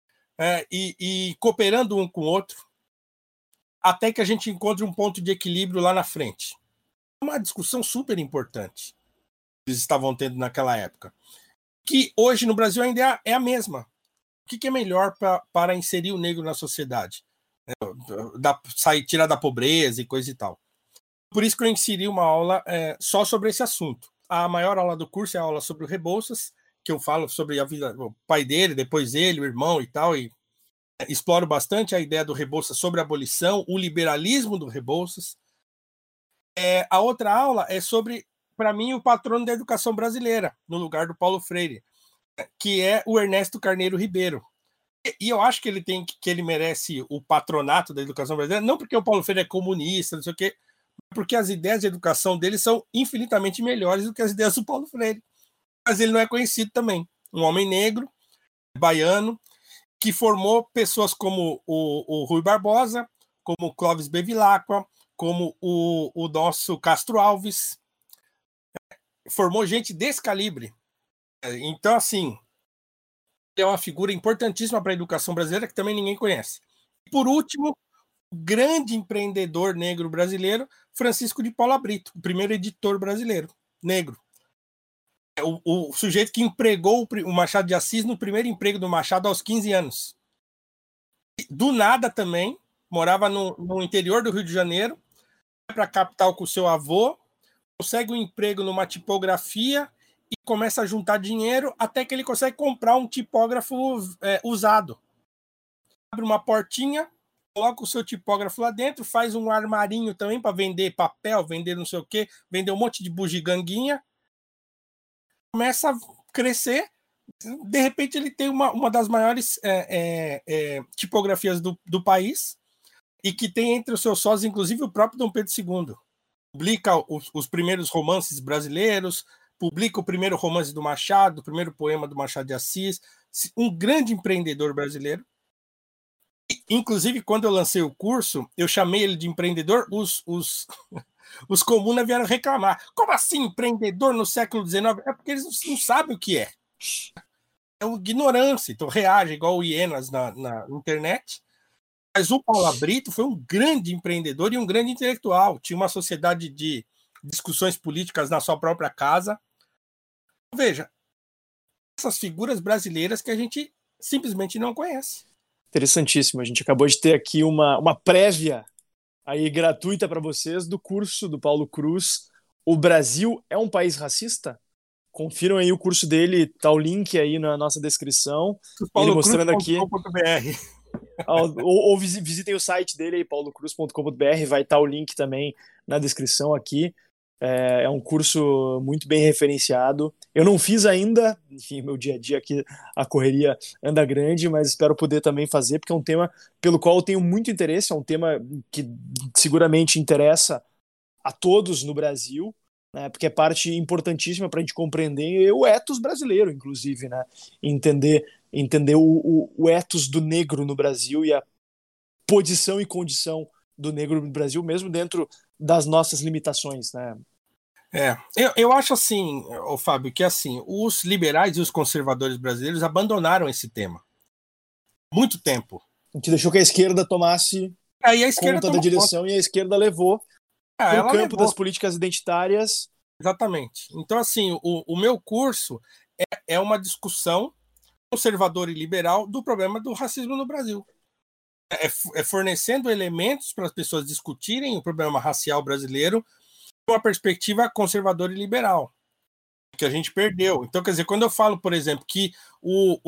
e cooperando um com o outro, até que a gente encontre um ponto de equilíbrio lá na frente. Uma discussão super importante que eles estavam tendo naquela época, que hoje no Brasil ainda é a mesma. O que é melhor para inserir o negro na sociedade? Tirar da pobreza e coisa e tal. Por isso que eu inseri uma aula só sobre esse assunto. A maior aula do curso é a aula sobre o Rebouças, que eu falo sobre a vida, o pai dele, depois ele, o irmão e tal, e exploro bastante a ideia do Rebouças sobre a abolição, o liberalismo do Rebouças. A outra aula é sobre, para mim, o patrono da educação brasileira, no lugar do Paulo Freire, que é o Ernesto Carneiro Ribeiro. E eu acho que ele merece o patronato da educação brasileira, não porque o Paulo Freire é comunista, não sei o quê, porque as ideias de educação dele são infinitamente melhores do que as ideias do Paulo Freire. Mas ele não é conhecido também. Um homem negro, baiano, que formou pessoas como o Rui Barbosa, como o Clóvis Bevilacqua, como o nosso Castro Alves. Formou gente desse calibre. Então, assim, é uma figura importantíssima para a educação brasileira que também ninguém conhece. E, por último, o grande empreendedor negro brasileiro, Francisco de Paula Brito, o primeiro editor brasileiro negro. O sujeito que empregou o Machado de Assis no primeiro emprego do Machado aos 15 anos. Do nada também, morava no interior do Rio de Janeiro, vai para a capital com o seu avô, consegue um emprego numa tipografia e começa a juntar dinheiro até que ele consegue comprar um tipógrafo usado. Abre uma portinha, coloca o seu tipógrafo lá dentro, faz um armarinho também para vender papel, vender não sei o quê, vender um monte de bugiganguinha, começa a crescer. De repente ele tem uma das maiores tipografias do país e que tem entre os seus sócios, inclusive, o próprio Dom Pedro II. Publica os primeiros romances brasileiros, publica o primeiro romance do Machado, o primeiro poema do Machado de Assis, um grande empreendedor brasileiro. Inclusive, quando eu lancei o curso, eu chamei ele de empreendedor, os comunas vieram reclamar. Como assim, empreendedor no século XIX? É porque eles não sabem o que é. É uma ignorância, então reage igual hienas na internet. Mas o Paula Brito foi um grande empreendedor e um grande intelectual. Tinha uma sociedade de discussões políticas na sua própria casa. Veja, essas figuras brasileiras que a gente simplesmente não conhece. Interessantíssimo. A gente acabou de ter aqui uma prévia aí gratuita para vocês do curso do Paulo Cruz. O Brasil é um país racista? Confiram aí o curso dele, tá o link aí na nossa descrição. Ele mostrando aqui. Ou visitem o site dele aí, paulocruz.com.br, vai estar o link também na descrição aqui. É um curso muito bem referenciado. Eu não fiz ainda, enfim, meu dia a dia aqui, a correria anda grande, mas espero poder também fazer, porque é um tema pelo qual eu tenho muito interesse, é um tema que seguramente interessa a todos no Brasil, né, porque é parte importantíssima para a gente compreender o ethos brasileiro, inclusive, né, entender o ethos do negro no Brasil e a posição e condição do negro no Brasil, mesmo dentro das nossas limitações, né? Eu acho assim, Fábio, que assim, os liberais e os conservadores brasileiros abandonaram esse tema. Muito tempo. A gente deixou que a esquerda tomasse conta da direção e a esquerda levou para o campo das políticas identitárias. Exatamente. Então, assim, o meu curso é uma discussão conservadora e liberal do problema do racismo no Brasil. É fornecendo elementos para as pessoas discutirem o problema racial brasileiro de uma perspectiva conservadora e liberal, que a gente perdeu. Então, quer dizer, quando eu falo, por exemplo, que o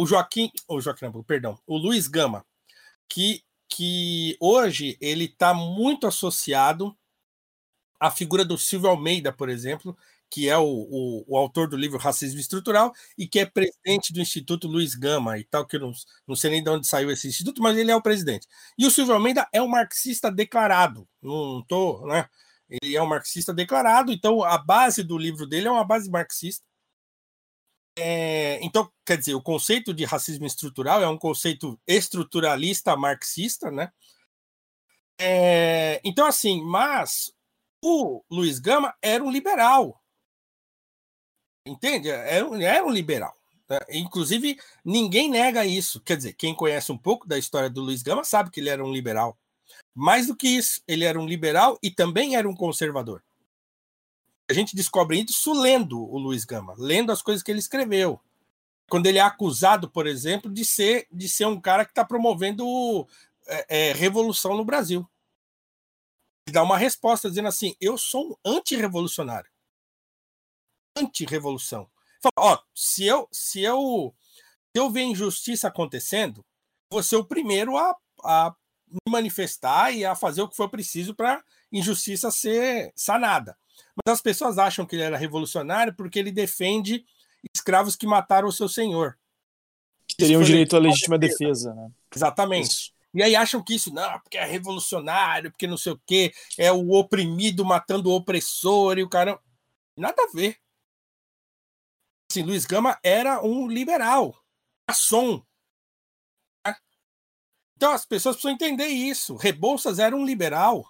Luiz Gama, que hoje ele está muito associado à figura do Silvio Almeida, por exemplo, que é o autor do livro Racismo Estrutural e que é presidente do Instituto Luiz Gama e tal, que eu não sei nem de onde saiu esse instituto, mas ele é o presidente. E o Silvio Almeida é um marxista declarado, né? Ele é um marxista declarado, então a base do livro dele é uma base marxista. Então, quer dizer, o conceito de racismo estrutural é um conceito estruturalista marxista, né? Então, assim, mas o Luiz Gama era um liberal. Entende? Era um liberal. Né? Inclusive, ninguém nega isso. Quer dizer, quem conhece um pouco da história do Luiz Gama sabe que ele era um liberal. Mais do que isso, ele era um liberal e também era um conservador. A gente descobre isso lendo o Luiz Gama, lendo as coisas que ele escreveu. Quando ele é acusado, por exemplo, de ser um cara que está promovendo revolução no Brasil. Ele dá uma resposta dizendo assim, eu sou um antirrevolucionário. Antirrevolução. Fala, se eu ver injustiça acontecendo, vou ser o primeiro a me manifestar e a fazer o que for preciso para injustiça ser sanada. Mas as pessoas acham que ele era revolucionário porque ele defende escravos que mataram o seu senhor. Que teriam direito à legítima defesa, né? Exatamente. Isso. E aí acham que isso, não, porque é revolucionário, porque não sei o quê, é o oprimido matando o opressor e o cara... Nada a ver. Assim, Luiz Gama era um liberal, maçom. Né? Então as pessoas precisam entender isso. Rebouças era um liberal.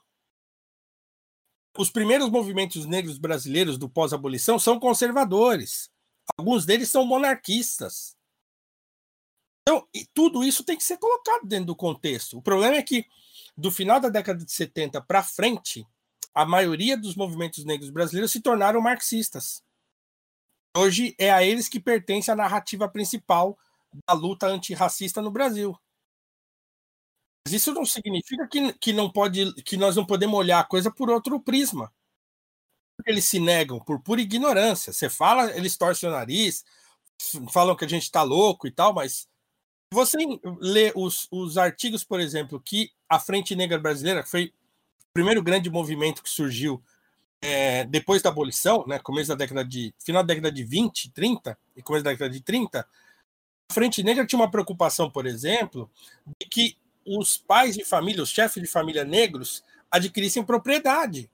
Os primeiros movimentos negros brasileiros do pós-abolição são conservadores. Alguns deles são monarquistas. Então, tudo isso tem que ser colocado dentro do contexto. O problema é que, do final da década de 70 para frente, a maioria dos movimentos negros brasileiros se tornaram marxistas. Hoje é a eles que pertence a narrativa principal da luta antirracista no Brasil. Mas isso não significa que nós não podemos olhar a coisa por outro prisma. que eles se negam? Por pura ignorância. Você fala, eles torcem o nariz, falam que a gente está louco e tal, mas você lê os artigos, por exemplo, que a Frente Negra Brasileira foi o primeiro grande movimento que surgiu depois da abolição, né, final da década de 20, 30 e começo da década de 30, a Frente Negra tinha uma preocupação, por exemplo, de que os pais de família, os chefes de família negros, adquirissem propriedade.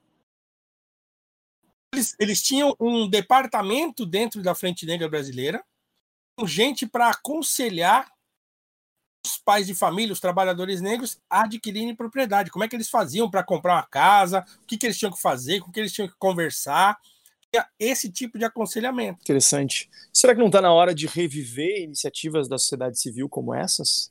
Eles tinham um departamento dentro da Frente Negra Brasileira, com gente para aconselhar os pais de família, os trabalhadores negros, a adquirirem propriedade. Como é que eles faziam para comprar uma casa, o que eles tinham que fazer, com o que eles tinham que conversar. Esse tipo de aconselhamento. Interessante. Será que não está na hora de reviver iniciativas da sociedade civil como essas?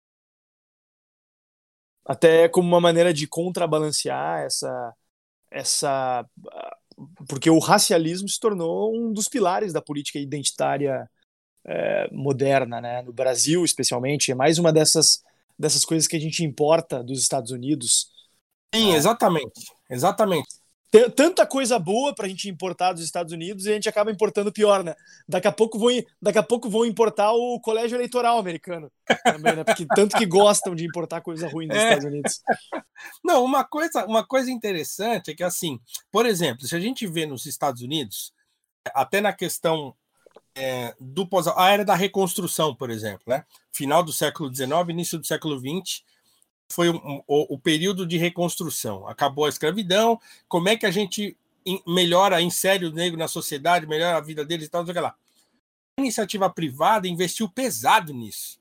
Até como uma maneira de contrabalancear essa porque o racialismo se tornou um dos pilares da política identitária moderna, né? No Brasil, especialmente, é mais uma dessas coisas que a gente importa dos Estados Unidos. Sim, né? Exatamente. Tem tanta coisa boa pra gente importar dos Estados Unidos e a gente acaba importando pior, né? Daqui a pouco vão importar o colégio eleitoral americano também, né? Porque tanto que gostam de importar coisa ruim dos Estados Unidos. Não, uma coisa interessante é que, assim, por exemplo, se a gente vê nos Estados Unidos, até na questão a era da reconstrução, por exemplo, né? Final do século XIX, início do século XX, foi o período de reconstrução. Acabou a escravidão, como é que a gente melhora, insere o negro na sociedade, melhora a vida deles e tal, não sei o que lá. A iniciativa privada investiu pesado nisso.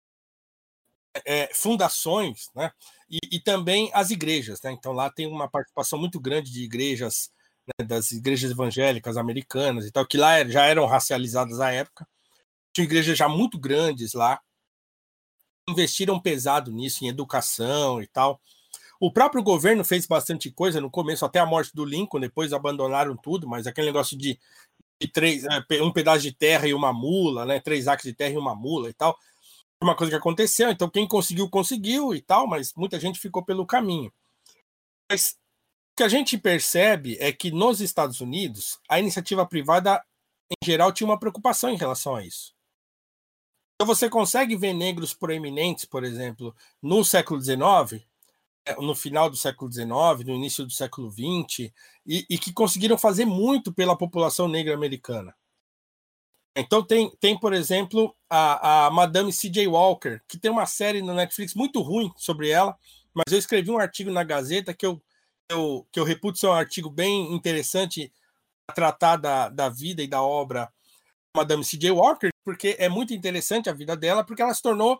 Fundações, né? E também as igrejas, né? Então lá tem uma participação muito grande de igrejas, né, das igrejas evangélicas americanas e tal, que lá já eram racializadas à época. Tinha igrejas já muito grandes lá, investiram pesado nisso, em educação e tal. O próprio governo fez bastante coisa no começo, até a morte do Lincoln, depois abandonaram tudo, mas aquele negócio de um pedaço de terra e uma mula, né, 3 acres de terra e uma mula e tal, uma coisa que aconteceu, então quem conseguiu e tal, mas muita gente ficou pelo caminho. Mas o que a gente percebe é que nos Estados Unidos, a iniciativa privada, em geral, tinha uma preocupação em relação a isso. Então você consegue ver negros proeminentes, por exemplo, no século XIX, no final do século XIX, no início do século XX, e que conseguiram fazer muito pela população negra americana. Então tem por exemplo, a Madame C.J. Walker, que tem uma série no Netflix muito ruim sobre ela, mas eu escrevi um artigo na Gazeta que eu reputo ser um artigo bem interessante para tratar da vida e da obra da Madame C.J. Walker, porque é muito interessante a vida dela, porque ela se tornou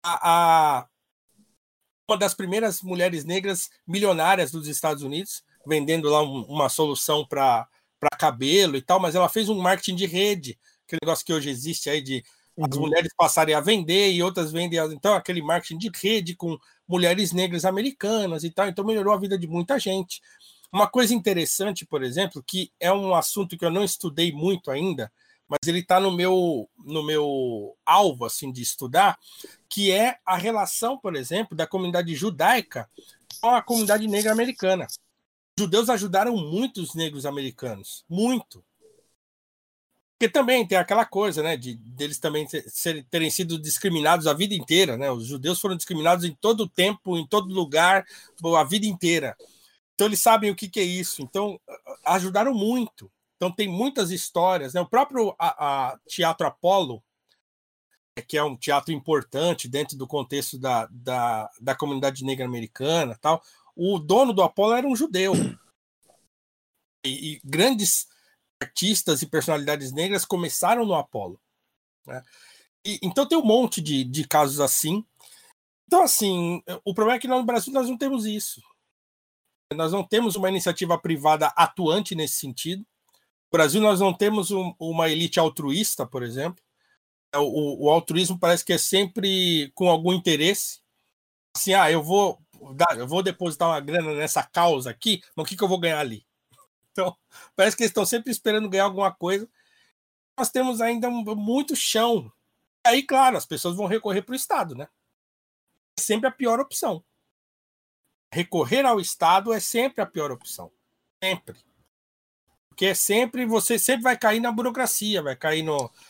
uma das primeiras mulheres negras milionárias dos Estados Unidos, vendendo lá uma solução para cabelo e tal, mas ela fez um marketing de rede, aquele negócio que hoje existe aí de as mulheres passarem a vender e outras vendem, então aquele marketing de rede com mulheres negras americanas e tal, então melhorou a vida de muita gente. Uma coisa interessante, por exemplo, que é um assunto que eu não estudei muito ainda, mas ele está no meu alvo assim, de estudar, que é a relação, por exemplo, da comunidade judaica com a comunidade negra americana. Os judeus ajudaram muito os negros americanos, muito. Porque também tem aquela coisa, né, deles também terem sido discriminados a vida inteira, né? Os judeus foram discriminados em todo o tempo, em todo lugar, a vida inteira. Então eles sabem o que é isso. Então ajudaram muito. Então tem muitas histórias, né? O próprio Teatro Apollo, que é um teatro importante dentro do contexto da comunidade negra americana, tal. O dono do Apollo era um judeu. E grandes artistas e personalidades negras começaram no Apollo, né? Então tem um monte de casos assim. Então, assim, o problema é que no Brasil nós não temos isso. Nós não temos uma iniciativa privada atuante nesse sentido. No Brasil nós não temos uma elite altruísta, por exemplo. O altruísmo parece que é sempre com algum interesse. Assim, eu vou depositar uma grana nessa causa aqui, mas o que eu vou ganhar ali? Então, parece que eles estão sempre esperando ganhar alguma coisa. Nós temos ainda muito chão. Aí, claro, as pessoas vão recorrer para o Estado, né? É sempre a pior opção. Recorrer ao Estado é sempre a pior opção. Sempre. porque você sempre vai cair na burocracia, vai cair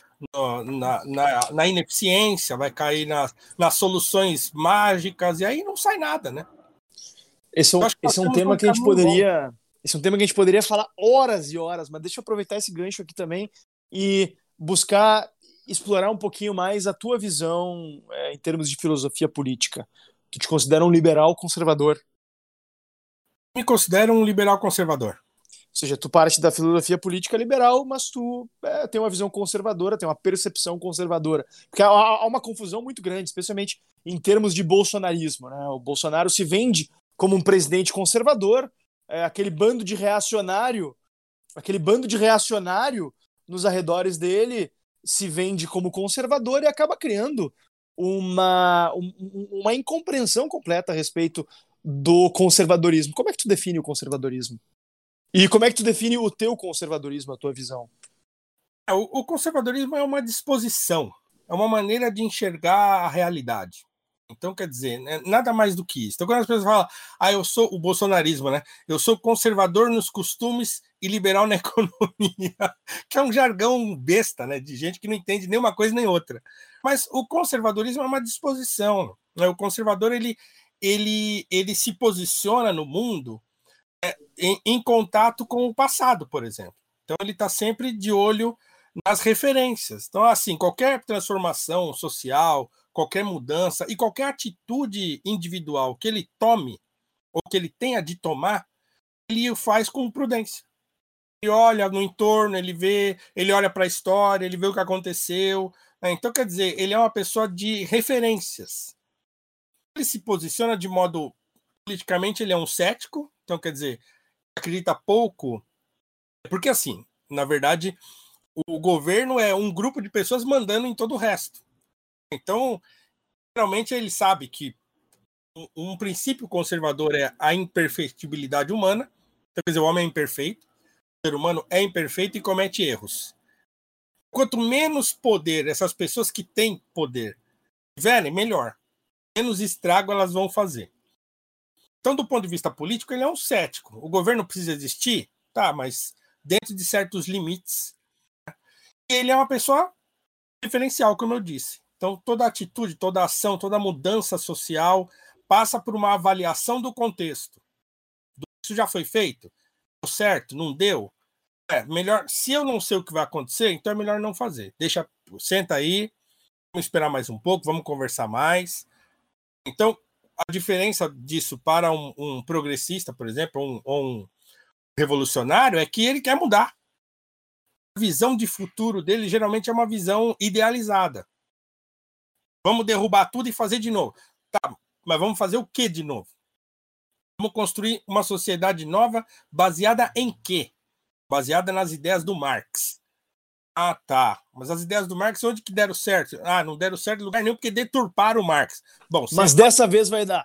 na ineficiência, vai cair nas soluções mágicas, e aí não sai nada, né? Eu acho que nós Esse é um temos tema um que a gente caminho bom. poderia. Esse é um tema que a gente poderia falar horas e horas, mas deixa eu aproveitar esse gancho aqui também e buscar explorar um pouquinho mais a tua visão em termos de filosofia política. Tu te considera um liberal conservador? Me considero um liberal conservador. Ou seja, tu parte da filosofia política liberal, mas tu tem uma visão conservadora, tem uma percepção conservadora. Porque há uma confusão muito grande, especialmente em termos de bolsonarismo, né? O Bolsonaro se vende como um presidente conservador, aquele bando de reacionário nos arredores dele se vende como conservador e acaba criando uma incompreensão completa a respeito do conservadorismo. Como é que tu define o conservadorismo? E como é que tu define o teu conservadorismo, a tua visão? O conservadorismo é uma disposição, é uma maneira de enxergar a realidade. Então, quer dizer, nada mais do que isso. Então, quando as pessoas falam, eu sou o bolsonarismo, né? Eu sou conservador nos costumes e liberal na economia, que é um jargão besta, né? De gente que não entende nem uma coisa nem outra. Mas o conservadorismo é uma disposição, né? O conservador, ele se posiciona no mundo em contato com o passado, por exemplo. Então, ele está sempre de olho nas referências. Então, assim, qualquer transformação social, qualquer mudança e qualquer atitude individual que ele tome ou que ele tenha de tomar, ele o faz com prudência. Ele olha no entorno, ele olha para a história, ele vê o que aconteceu. Né? Então, quer dizer, ele é uma pessoa de referências. Ele se posiciona de modo politicamente, ele é um cético. Então, quer dizer, acredita pouco, porque assim, na verdade, o governo é um grupo de pessoas mandando em todo o resto. Então, geralmente ele sabe que um princípio conservador é a imperfectibilidade humana. Então, quer dizer, o homem é imperfeito, o ser humano é imperfeito e comete erros. Quanto menos poder essas pessoas que têm poder tiverem, melhor. Menos estrago elas vão fazer. Então, do ponto de vista político, ele é um cético. O governo precisa existir? Tá, mas dentro de certos limites. Ele é uma pessoa diferencial, como eu disse. Então, toda atitude, toda ação, toda mudança social passa por uma avaliação do contexto. Isso já foi feito? Deu certo? Não deu? Melhor, se eu não sei o que vai acontecer, então é melhor não fazer. Senta aí, vamos esperar mais um pouco, vamos conversar mais. Então, a diferença disso para um progressista, por exemplo, ou um revolucionário, é que ele quer mudar. A visão de futuro dele geralmente é uma visão idealizada. Vamos derrubar tudo e fazer de novo. Tá, mas vamos fazer o que de novo? Vamos construir uma sociedade nova baseada em quê? Baseada nas ideias do Marx. Ah, tá. Mas as ideias do Marx, onde que deram certo? Ah, não deram certo em lugar nenhum porque deturparam o Marx. Bom, Mas dessa vez vai dar.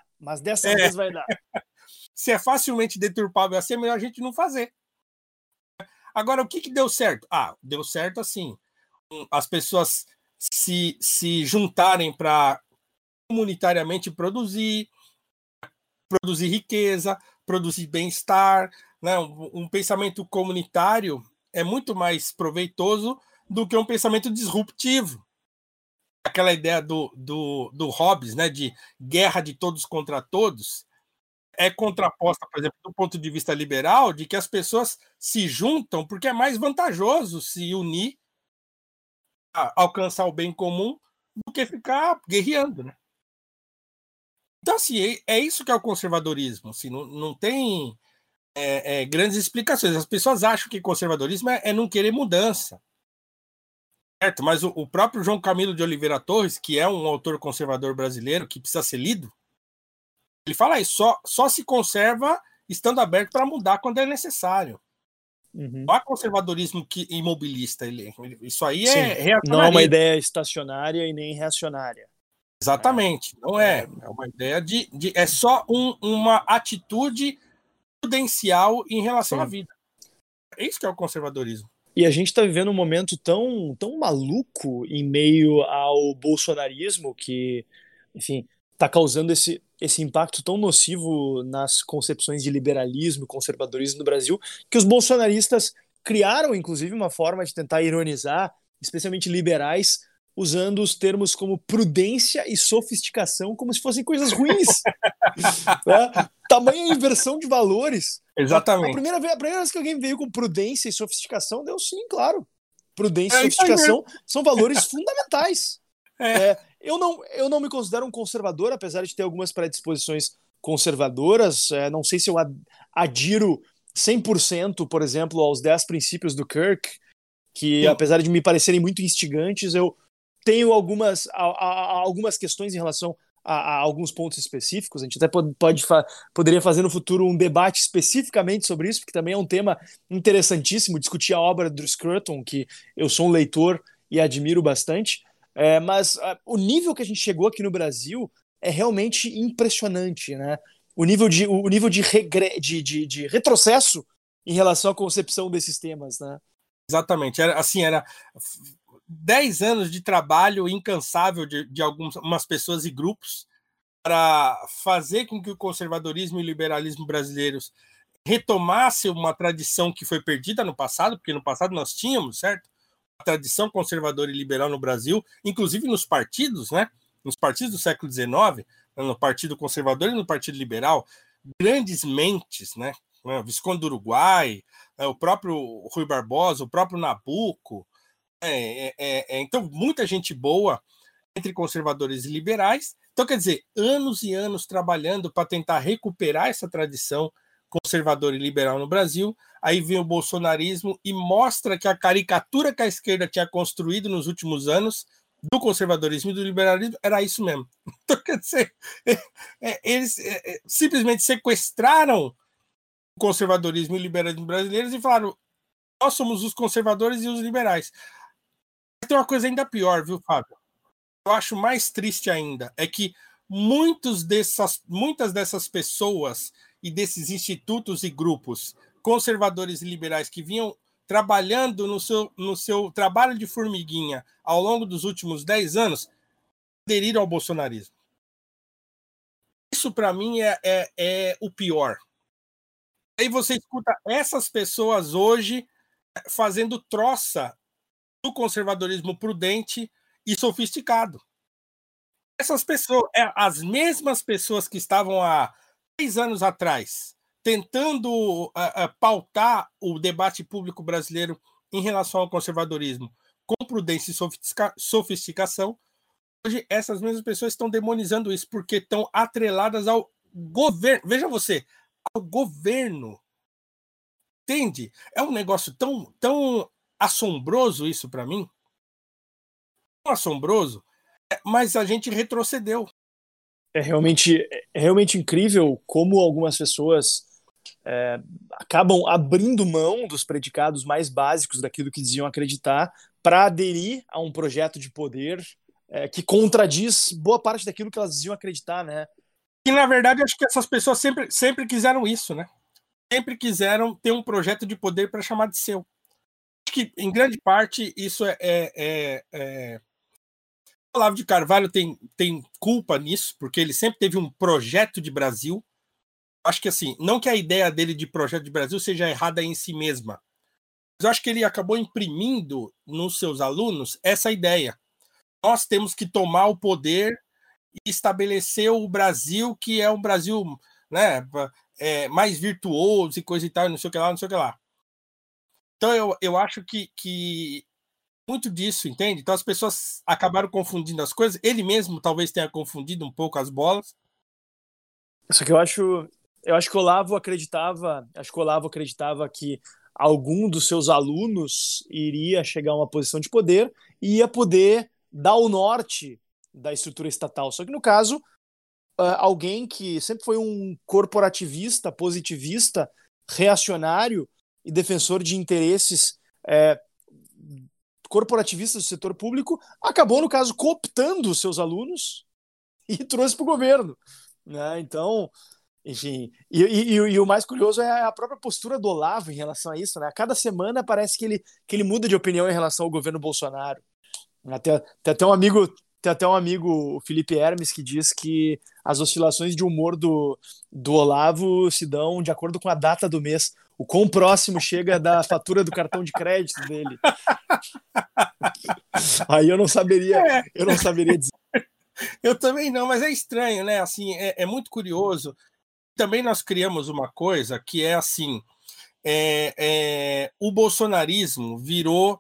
Se é facilmente deturpável assim, é melhor a gente não fazer. Agora, o que deu certo? Deu certo assim. As pessoas se juntarem para comunitariamente produzir riqueza, produzir bem-estar. Né? Um pensamento comunitário é muito mais proveitoso do que um pensamento disruptivo. Aquela ideia do Hobbes, né, de guerra de todos contra todos, é contraposta, por exemplo, do ponto de vista liberal, de que as pessoas se juntam porque é mais vantajoso se unir a alcançar o bem comum do que ficar guerreando, né? Então, assim, é isso que é o conservadorismo. Assim, não tem grandes explicações. As pessoas acham que conservadorismo é não querer mudança. Certo? Mas o próprio João Camilo de Oliveira Torres, que é um autor conservador brasileiro que precisa ser lido, ele fala isso, só se conserva estando aberto para mudar quando é necessário. Uhum. Não há conservadorismo imobilista. Isso aí Sim, é reacionarismo. não é uma ideia estacionária e nem reacionária. Exatamente, não é. É uma ideia é só uma atitude prudencial em relação à vida. É isso que é o conservadorismo. E a gente está vivendo um momento tão maluco em meio ao bolsonarismo que, enfim, está causando esse impacto tão nocivo nas concepções de liberalismo e conservadorismo no Brasil, que os bolsonaristas criaram, inclusive, uma forma de tentar ironizar, especialmente liberais, usando os termos como prudência e sofisticação como se fossem coisas ruins. Né? Tamanha inversão de valores. Exatamente. A primeira vez que alguém veio com prudência e sofisticação, deu sim, claro. Prudência e É isso aí sofisticação mesmo. são valores fundamentais. É. Eu não me considero um conservador, apesar de ter algumas predisposições conservadoras. Não sei se eu adiro 100%, por exemplo, aos 10 princípios do Kirk, que Sim. apesar de me parecerem muito instigantes, eu tenho algumas questões em relação a alguns pontos específicos. A gente até poderia fazer no futuro um debate especificamente sobre isso, porque também é um tema interessantíssimo, discutir a obra do Scruton, que eu sou um leitor e admiro bastante. Mas o nível que a gente chegou aqui no Brasil é realmente impressionante, né? O nível de retrocesso em relação à concepção desses temas, né? Exatamente. Era 10 anos de trabalho incansável de algumas pessoas e grupos para fazer com que o conservadorismo e o liberalismo brasileiros retomasse uma tradição que foi perdida no passado, porque no passado nós tínhamos, certo? A tradição conservadora e liberal no Brasil, inclusive nos partidos, né? Nos partidos do século XIX, no Partido Conservador e no Partido Liberal, grandes mentes, né? O Visconde do Uruguai, o próprio Rui Barbosa, o próprio Nabuco. Então, muita gente boa entre conservadores e liberais. Então, quer dizer, anos e anos trabalhando para tentar recuperar essa tradição conservadora e liberal no Brasil. Aí vem o bolsonarismo e mostra que a caricatura que a esquerda tinha construído nos últimos anos do conservadorismo e do liberalismo era isso mesmo. Então, quer dizer, eles simplesmente sequestraram o conservadorismo e o liberalismo brasileiros e falaram: nós somos os conservadores e os liberais. Mas tem uma coisa ainda pior, viu, Fábio? Eu acho mais triste ainda, é que muitas dessas pessoas e desses institutos e grupos conservadores e liberais que vinham trabalhando no seu trabalho de formiguinha ao longo dos últimos 10 anos, aderiram ao bolsonarismo. Isso, para mim, é o pior. Aí você escuta essas pessoas hoje fazendo troça do conservadorismo prudente e sofisticado. Essas pessoas, as mesmas pessoas que estavam há 10 anos atrás tentando pautar o debate público brasileiro em relação ao conservadorismo com prudência e sofisticação, hoje essas mesmas pessoas estão demonizando isso porque estão atreladas ao governo. Veja você, ao governo. Entende? É um negócio tão assombroso isso para mim. Tão assombroso, mas a gente retrocedeu. É realmente incrível como algumas pessoas acabam abrindo mão dos predicados mais básicos daquilo que diziam acreditar para aderir a um projeto de poder que contradiz boa parte daquilo que elas diziam acreditar, né? E, na verdade, acho que essas pessoas sempre quiseram isso, né? Sempre quiseram ter um projeto de poder para chamar de seu. Acho que, em grande parte, isso o Olavo de Carvalho tem culpa nisso, porque ele sempre teve um projeto de Brasil. Acho que, assim, não que a ideia dele de projeto de Brasil seja errada em si mesma, mas eu acho que ele acabou imprimindo nos seus alunos essa ideia. Nós temos que tomar o poder e estabelecer o Brasil, que é um Brasil, né, mais virtuoso e coisa e tal, não sei o que lá, não sei o que lá. Então, eu acho que muito disso, entende? Então, as pessoas acabaram confundindo as coisas. Ele mesmo talvez tenha confundido um pouco as bolas. Só que eu acho que o Olavo acreditava que algum dos seus alunos iria chegar a uma posição de poder e ia poder dar o norte da estrutura estatal. Só que, no caso, alguém que sempre foi um corporativista, positivista, reacionário e defensor de interesses corporativistas do setor público, acabou, no caso, cooptando os seus alunos e trouxe para o governo. Né? Então, enfim, e o mais curioso é a própria postura do Olavo em relação a isso. Né? A cada semana parece que ele muda de opinião em relação ao governo Bolsonaro. Tem até um amigo tem até um amigo, o Felipe Hermes, que diz que as oscilações de humor do Olavo se dão de acordo com a data do mês. O quão próximo chega da fatura do cartão de crédito dele. Aí eu não saberia dizer. Eu também não, mas é estranho, né? Assim, é muito curioso. Também nós criamos uma coisa que é assim: o bolsonarismo virou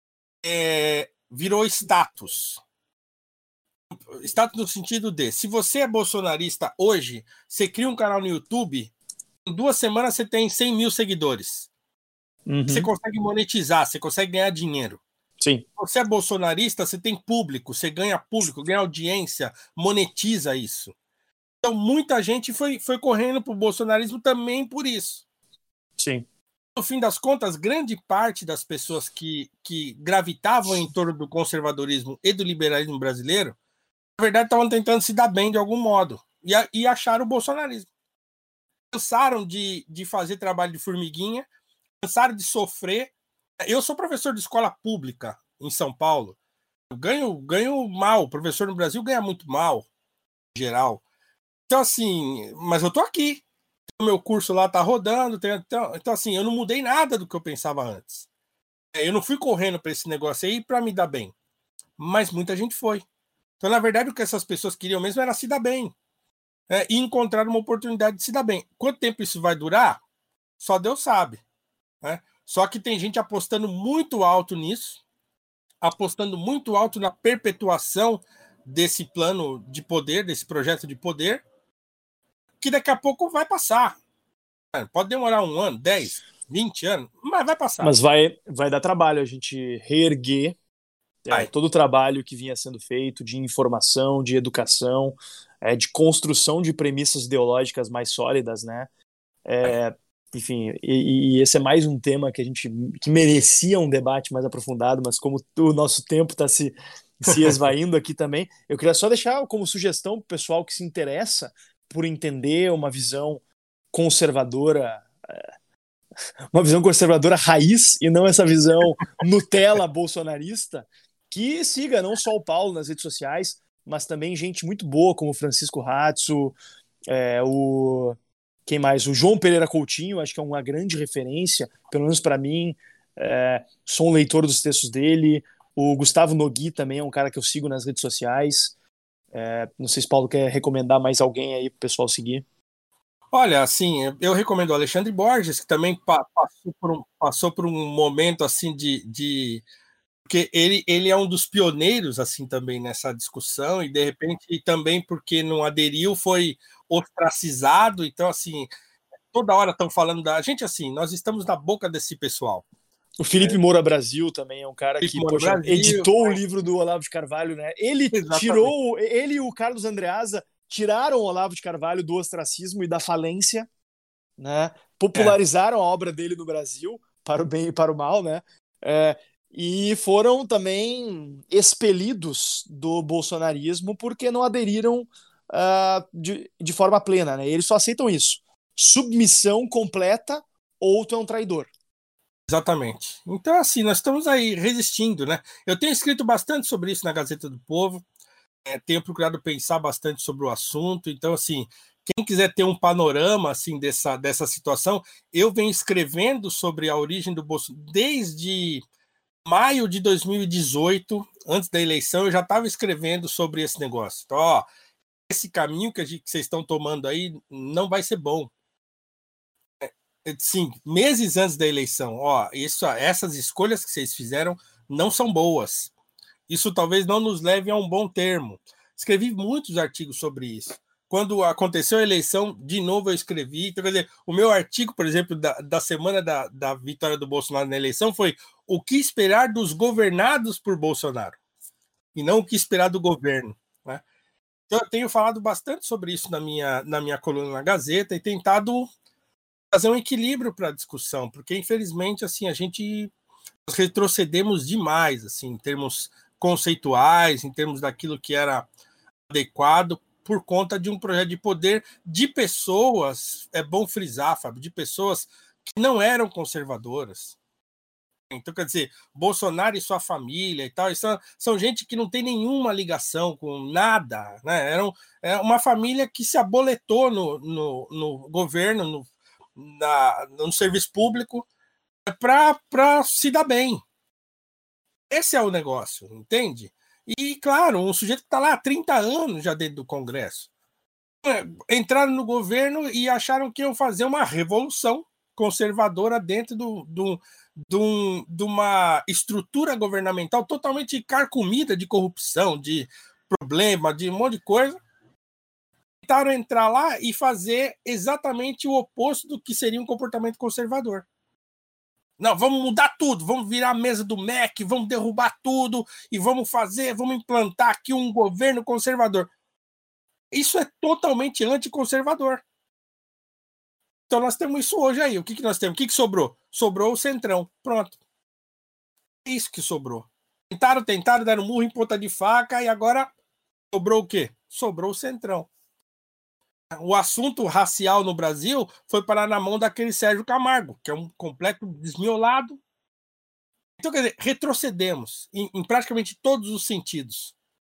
status. Status no sentido de, se você é bolsonarista hoje, você cria um canal no YouTube, em 2 semanas você tem 100 mil seguidores. Você consegue monetizar, você consegue ganhar dinheiro. Sim. Se você é bolsonarista, você tem público, você ganha público, ganha audiência, monetiza isso. Então, muita gente foi correndo para o bolsonarismo também por isso. Sim. No fim das contas, grande parte das pessoas que gravitavam em torno do conservadorismo e do liberalismo brasileiro, na verdade, estavam tentando se dar bem de algum modo e acharam o bolsonarismo. Cansaram de fazer trabalho de formiguinha, cansaram de sofrer. Eu sou professor de escola pública em São Paulo. Eu ganho mal. O professor no Brasil ganha muito mal, em geral. Então, assim, mas eu tô aqui. O meu curso lá tá rodando. Então, assim, eu não mudei nada do que eu pensava antes. Eu não fui correndo para esse negócio aí para me dar bem. Mas muita gente foi. Então, na verdade, o que essas pessoas queriam mesmo era se dar bem. E encontrar uma oportunidade de se dar bem. Quanto tempo isso vai durar? Só Deus sabe. Né? Só que tem gente apostando muito alto nisso, apostando muito alto na perpetuação desse plano de poder, desse projeto de poder, que daqui a pouco vai passar. Pode demorar 1 ano, 10, 20 anos, mas vai passar. Mas vai dar trabalho a gente reerguer todo o trabalho que vinha sendo feito de informação, de educação, de construção de premissas ideológicas mais sólidas, né? Enfim, e esse é mais um tema que merecia um debate mais aprofundado, mas como o nosso tempo está se esvaindo aqui também, eu queria só deixar como sugestão para o pessoal que se interessa por entender uma visão conservadora raiz e não essa visão Nutella bolsonarista, que siga não só o Paulo nas redes sociais, mas também gente muito boa como o Francisco Ratzo, quem mais? O João Pereira Coutinho, acho que é uma grande referência, pelo menos para mim. Sou um leitor dos textos dele. O Gustavo Nogui também é um cara que eu sigo nas redes sociais. Não sei se o Paulo quer recomendar mais alguém aí para o pessoal seguir. Olha, assim, eu recomendo o Alexandre Borges, que também passou por um momento assim porque ele é um dos pioneiros assim também nessa discussão e de repente também porque não aderiu foi ostracizado. Então assim, toda hora estão falando da gente, assim, nós estamos na boca desse pessoal. O Felipe Moura Brasil também é um cara que editou o livro do Olavo de Carvalho, né? Ele e o Carlos Andreasa tiraram o Olavo de Carvalho do ostracismo e da falência, né? Popularizaram a obra dele no Brasil, para o bem e para o mal, né? E foram também expelidos do bolsonarismo porque não aderiram de forma plena, né? Eles só aceitam isso. Submissão completa ou tu é um traidor. Exatamente. Então, assim, nós estamos aí resistindo, né? Eu tenho escrito bastante sobre isso na Gazeta do Povo, tenho procurado pensar bastante sobre o assunto. Então, assim, quem quiser ter um panorama assim dessa situação, eu venho escrevendo sobre a origem do Bolsonaro desde maio de 2018, antes da eleição, eu já estava escrevendo sobre esse negócio. Então, esse caminho que vocês estão tomando aí não vai ser bom. Sim, meses antes da eleição, essas escolhas que vocês fizeram não são boas. Isso talvez não nos leve a um bom termo. Escrevi muitos artigos sobre isso. Quando aconteceu a eleição, de novo eu escrevi. Então, quer dizer, o meu artigo, por exemplo, da semana da vitória do Bolsonaro na eleição foi o que esperar dos governados por Bolsonaro e não o que esperar do governo, né? Então, eu tenho falado bastante sobre isso na minha coluna na Gazeta e tentado fazer um equilíbrio para a discussão, porque infelizmente assim nós retrocedemos demais assim em termos conceituais, em termos daquilo que era adequado por conta de um projeto de poder de pessoas, é bom frisar, Fábio, de pessoas que não eram conservadoras, Então, quer dizer, Bolsonaro e sua família e tal, são gente que não tem nenhuma ligação com nada, né? É uma família que se aboletou no governo, no serviço público, para se dar bem. Esse é o negócio, entende? E, claro, um sujeito que está lá há 30 anos já dentro do Congresso. Entraram no governo e acharam que iam fazer uma revolução conservadora dentro de uma estrutura governamental totalmente carcomida de corrupção, de problema, de um monte de coisa. Tentaram entrar lá e fazer exatamente o oposto do que seria um comportamento conservador. Não, vamos mudar tudo, vamos virar a mesa do MEC, vamos derrubar tudo e vamos implantar aqui um governo conservador. Isso é totalmente anticonservador. Então nós temos isso hoje aí. O que nós temos? O que sobrou? Sobrou o Centrão. Pronto. É isso que sobrou. Tentaram, deram murro em ponta de faca e agora sobrou o quê? Sobrou o Centrão. O assunto racial no Brasil foi parar na mão daquele Sérgio Camargo, que é um completo desmiolado. Então, quer dizer, retrocedemos em praticamente todos os sentidos.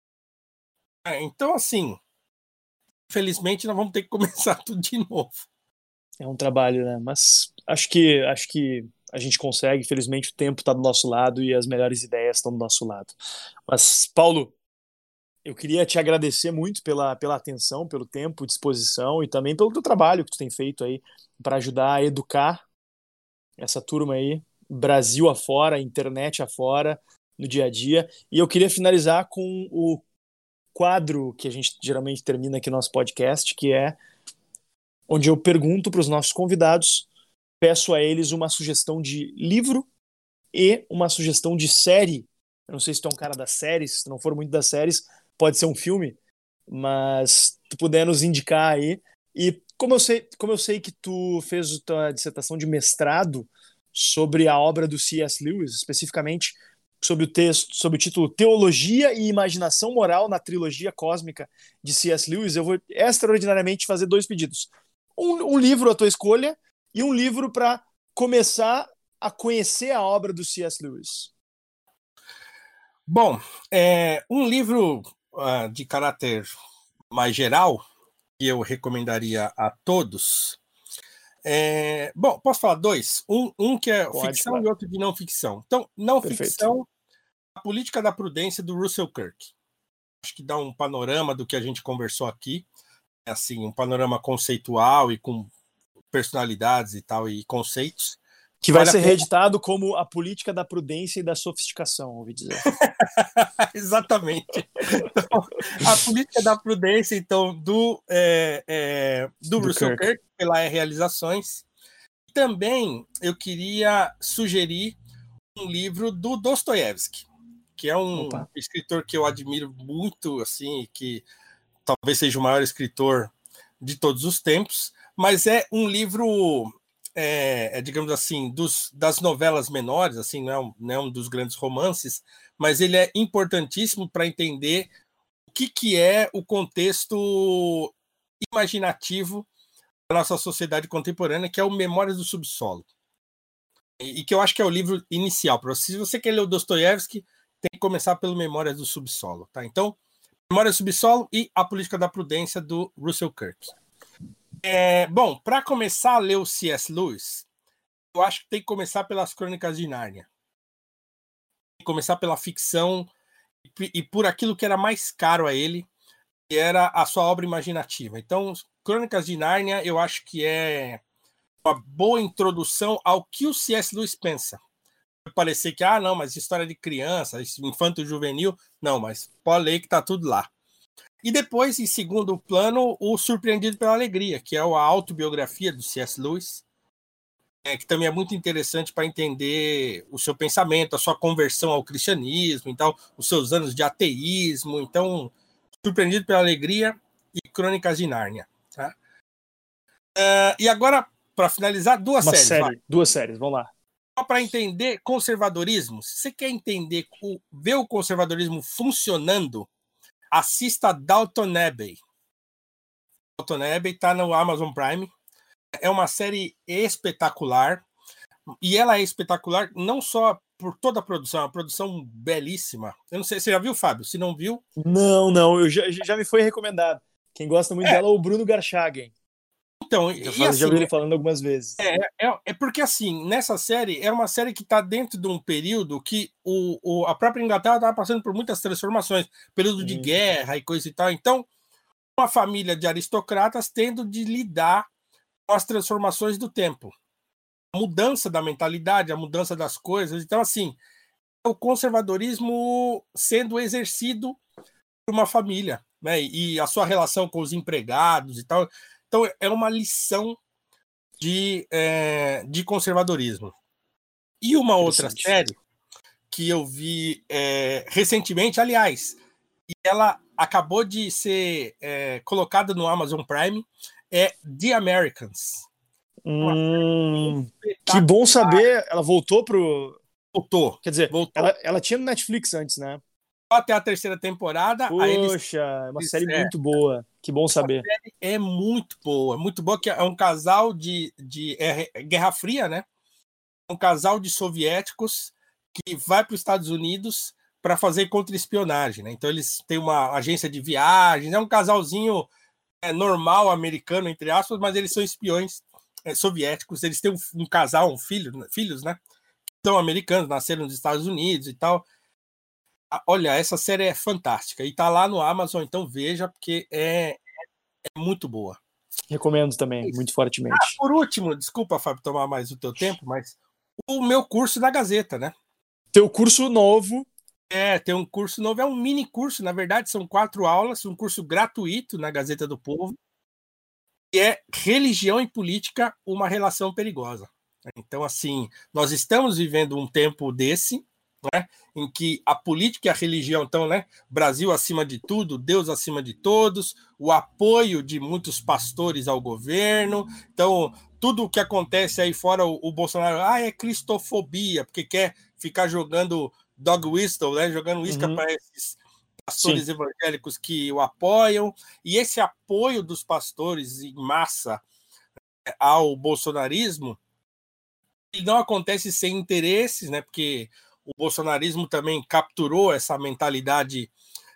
Então, assim, infelizmente, nós vamos ter que começar tudo de novo. É um trabalho, né? Mas acho que a gente consegue. Felizmente, o tempo está do nosso lado e as melhores ideias estão do nosso lado. Mas, Paulo, eu queria te agradecer muito pela atenção, pelo tempo, disposição e também pelo teu trabalho que tu tem feito aí para ajudar a educar essa turma aí, Brasil afora, internet afora, no dia a dia. E eu queria finalizar com o quadro que a gente geralmente termina aqui no nosso podcast, que é onde eu pergunto para os nossos convidados, peço a eles uma sugestão de livro e uma sugestão de série. Eu não sei se tu é um cara das séries, se tu não for muito das séries, pode ser um filme, mas tu puder nos indicar aí. E como eu sei que tu fez a tua dissertação de mestrado sobre a obra do C.S. Lewis, especificamente sobre o título Teologia e Imaginação Moral na Trilogia Cósmica de C.S. Lewis, eu vou extraordinariamente fazer 2 pedidos. Um livro à tua escolha e um livro para começar a conhecer a obra do C.S. Lewis. Bom, um livro de caráter mais geral que eu recomendaria a todos. Bom, posso falar 2? Um que é ficção, claro, e outro de não ficção. Então, não Perfeito. Ficção, A Política da Prudência, do Russell Kirk. Acho que dá um panorama do que a gente conversou aqui. Assim, um panorama conceitual e com personalidades e tal, e conceitos. Que vai ser reeditado como A Política da Prudência e da Sofisticação, ouvi dizer. Exatamente. Então, A Política da Prudência, então, do Russell Kirk, pela Realizações. Também eu queria sugerir um livro do Dostoiévski, que é um escritor que eu admiro muito, assim, que talvez seja o maior escritor de todos os tempos, mas é um livro, digamos assim, das novelas menores, assim, não é um dos grandes romances, mas ele é importantíssimo para entender o que é o contexto imaginativo da nossa sociedade contemporânea, que é o Memórias do Subsolo. E que eu acho que é o livro inicial. Se você quer ler o Dostoiévski, tem que começar pelo Memórias do Subsolo. Tá? Então, Memórias do Subsolo e A Política da Prudência, do Russell Kirk. Bom, para começar a ler o C.S. Lewis, eu acho que tem que começar pelas Crônicas de Nárnia. Tem que começar pela ficção e por aquilo que era mais caro a ele, que era a sua obra imaginativa. Então, Crônicas de Nárnia, eu acho que é uma boa introdução ao que o C.S. Lewis pensa. Pode parecer que, não, mas história de criança, infanto-juvenil, não, mas pode ler que está tudo lá. E depois, em segundo plano, o Surpreendido pela Alegria, que é a autobiografia do C.S. Lewis, que também é muito interessante para entender o seu pensamento, a sua conversão ao cristianismo, então, os seus anos de ateísmo. Então, Surpreendido pela Alegria e Crônicas de Nárnia. Tá? E agora, para finalizar, duas séries, vamos lá. Só para entender conservadorismo, se você quer entender, ver o conservadorismo funcionando, assista Downton Abbey. Downton Abbey está no Amazon Prime. É uma série espetacular. E ela é espetacular, não só por toda a produção, é uma produção belíssima. Eu não sei, você já viu, Fábio? Se não viu... Não, eu já me foi recomendado. Quem gosta muito dela é o Bruno Garchagen. Então, Já vi ele falando algumas vezes. É porque, assim, nessa série, é uma série que está dentro de um período que a própria Inglaterra estava passando por muitas transformações, período de guerra e coisa e tal. Então, uma família de aristocratas tendo de lidar com as transformações do tempo. A mudança da mentalidade, a mudança das coisas. Então, assim, o conservadorismo sendo exercido por uma família, né? E a sua relação com os empregados e tal. Então, é uma lição de conservadorismo. E uma outra série que eu vi recentemente, aliás, e ela acabou de ser colocada no Amazon Prime, é The Americans. Que bom saber, ela voltou pro... Voltou. Quer dizer, voltou. Ela tinha no Netflix antes, né? Até a terceira temporada. Poxa, é uma série muito boa. Que bom saber. A série é muito boa, que é um casal de Guerra Fria, né? Um casal de soviéticos que vai para os Estados Unidos para fazer contra-espionagem, né? Então eles têm uma agência de viagens, é um casalzinho normal, americano, entre aspas, mas eles são espiões soviéticos, eles têm um casal, filhos, né? Que são americanos, nasceram nos Estados Unidos e tal. Olha, essa série é fantástica e tá lá no Amazon, então veja, porque é muito boa. Recomendo também, muito fortemente. Por último, desculpa, Fábio, tomar mais o teu tempo, mas o meu curso da Gazeta, né? Teu curso novo. Tem um curso novo, é um mini curso, na verdade, são 4 aulas, um curso gratuito na Gazeta do Povo, que é Religião e Política, uma relação perigosa. Então, assim, nós estamos vivendo um tempo desse, né, em que a política e a religião estão, né, Brasil acima de tudo, Deus acima de todos, o apoio de muitos pastores ao governo. Então, tudo o que acontece aí fora, o Bolsonaro, é cristofobia, porque quer ficar jogando dog whistle, né, jogando isca para esses pastores evangélicos que o apoiam. E esse apoio dos pastores em massa ao bolsonarismo, ele não acontece sem interesses, né, porque o bolsonarismo também capturou essa mentalidade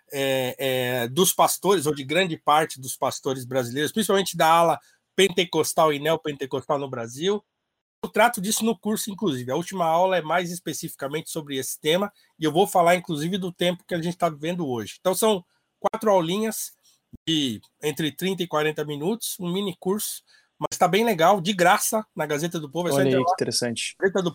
dos pastores, ou de grande parte dos pastores brasileiros, principalmente da ala pentecostal e neopentecostal no Brasil. Eu trato disso no curso, inclusive. A última aula é mais especificamente sobre esse tema, e eu vou falar, inclusive, do tempo que a gente está vivendo hoje. Então, são 4 aulinhas de entre 30 e 40 minutos, um mini curso, mas está bem legal, de graça, na Gazeta do Povo. Olha aí, que interessante.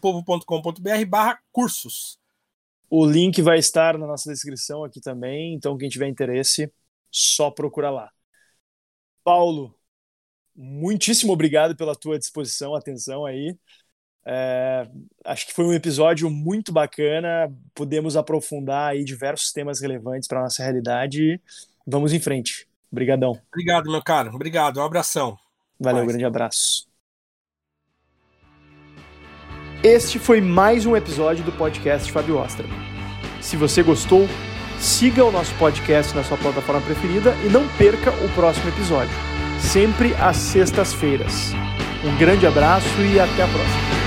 gazetadopovo.com.br/cursos. O link vai estar na nossa descrição aqui também, então quem tiver interesse, só procura lá. Paulo, muitíssimo obrigado pela tua disposição, atenção aí. Acho que foi um episódio muito bacana, podemos aprofundar aí diversos temas relevantes para a nossa realidade. Vamos em frente. Obrigadão. Obrigado, meu caro. Obrigado. Um abração. Valeu, grande abraço. Este foi mais um episódio do podcast Fábio Osterman. Se você gostou, siga o nosso podcast na sua plataforma preferida e não perca o próximo episódio, sempre às sextas-feiras. Um grande abraço e até a próxima.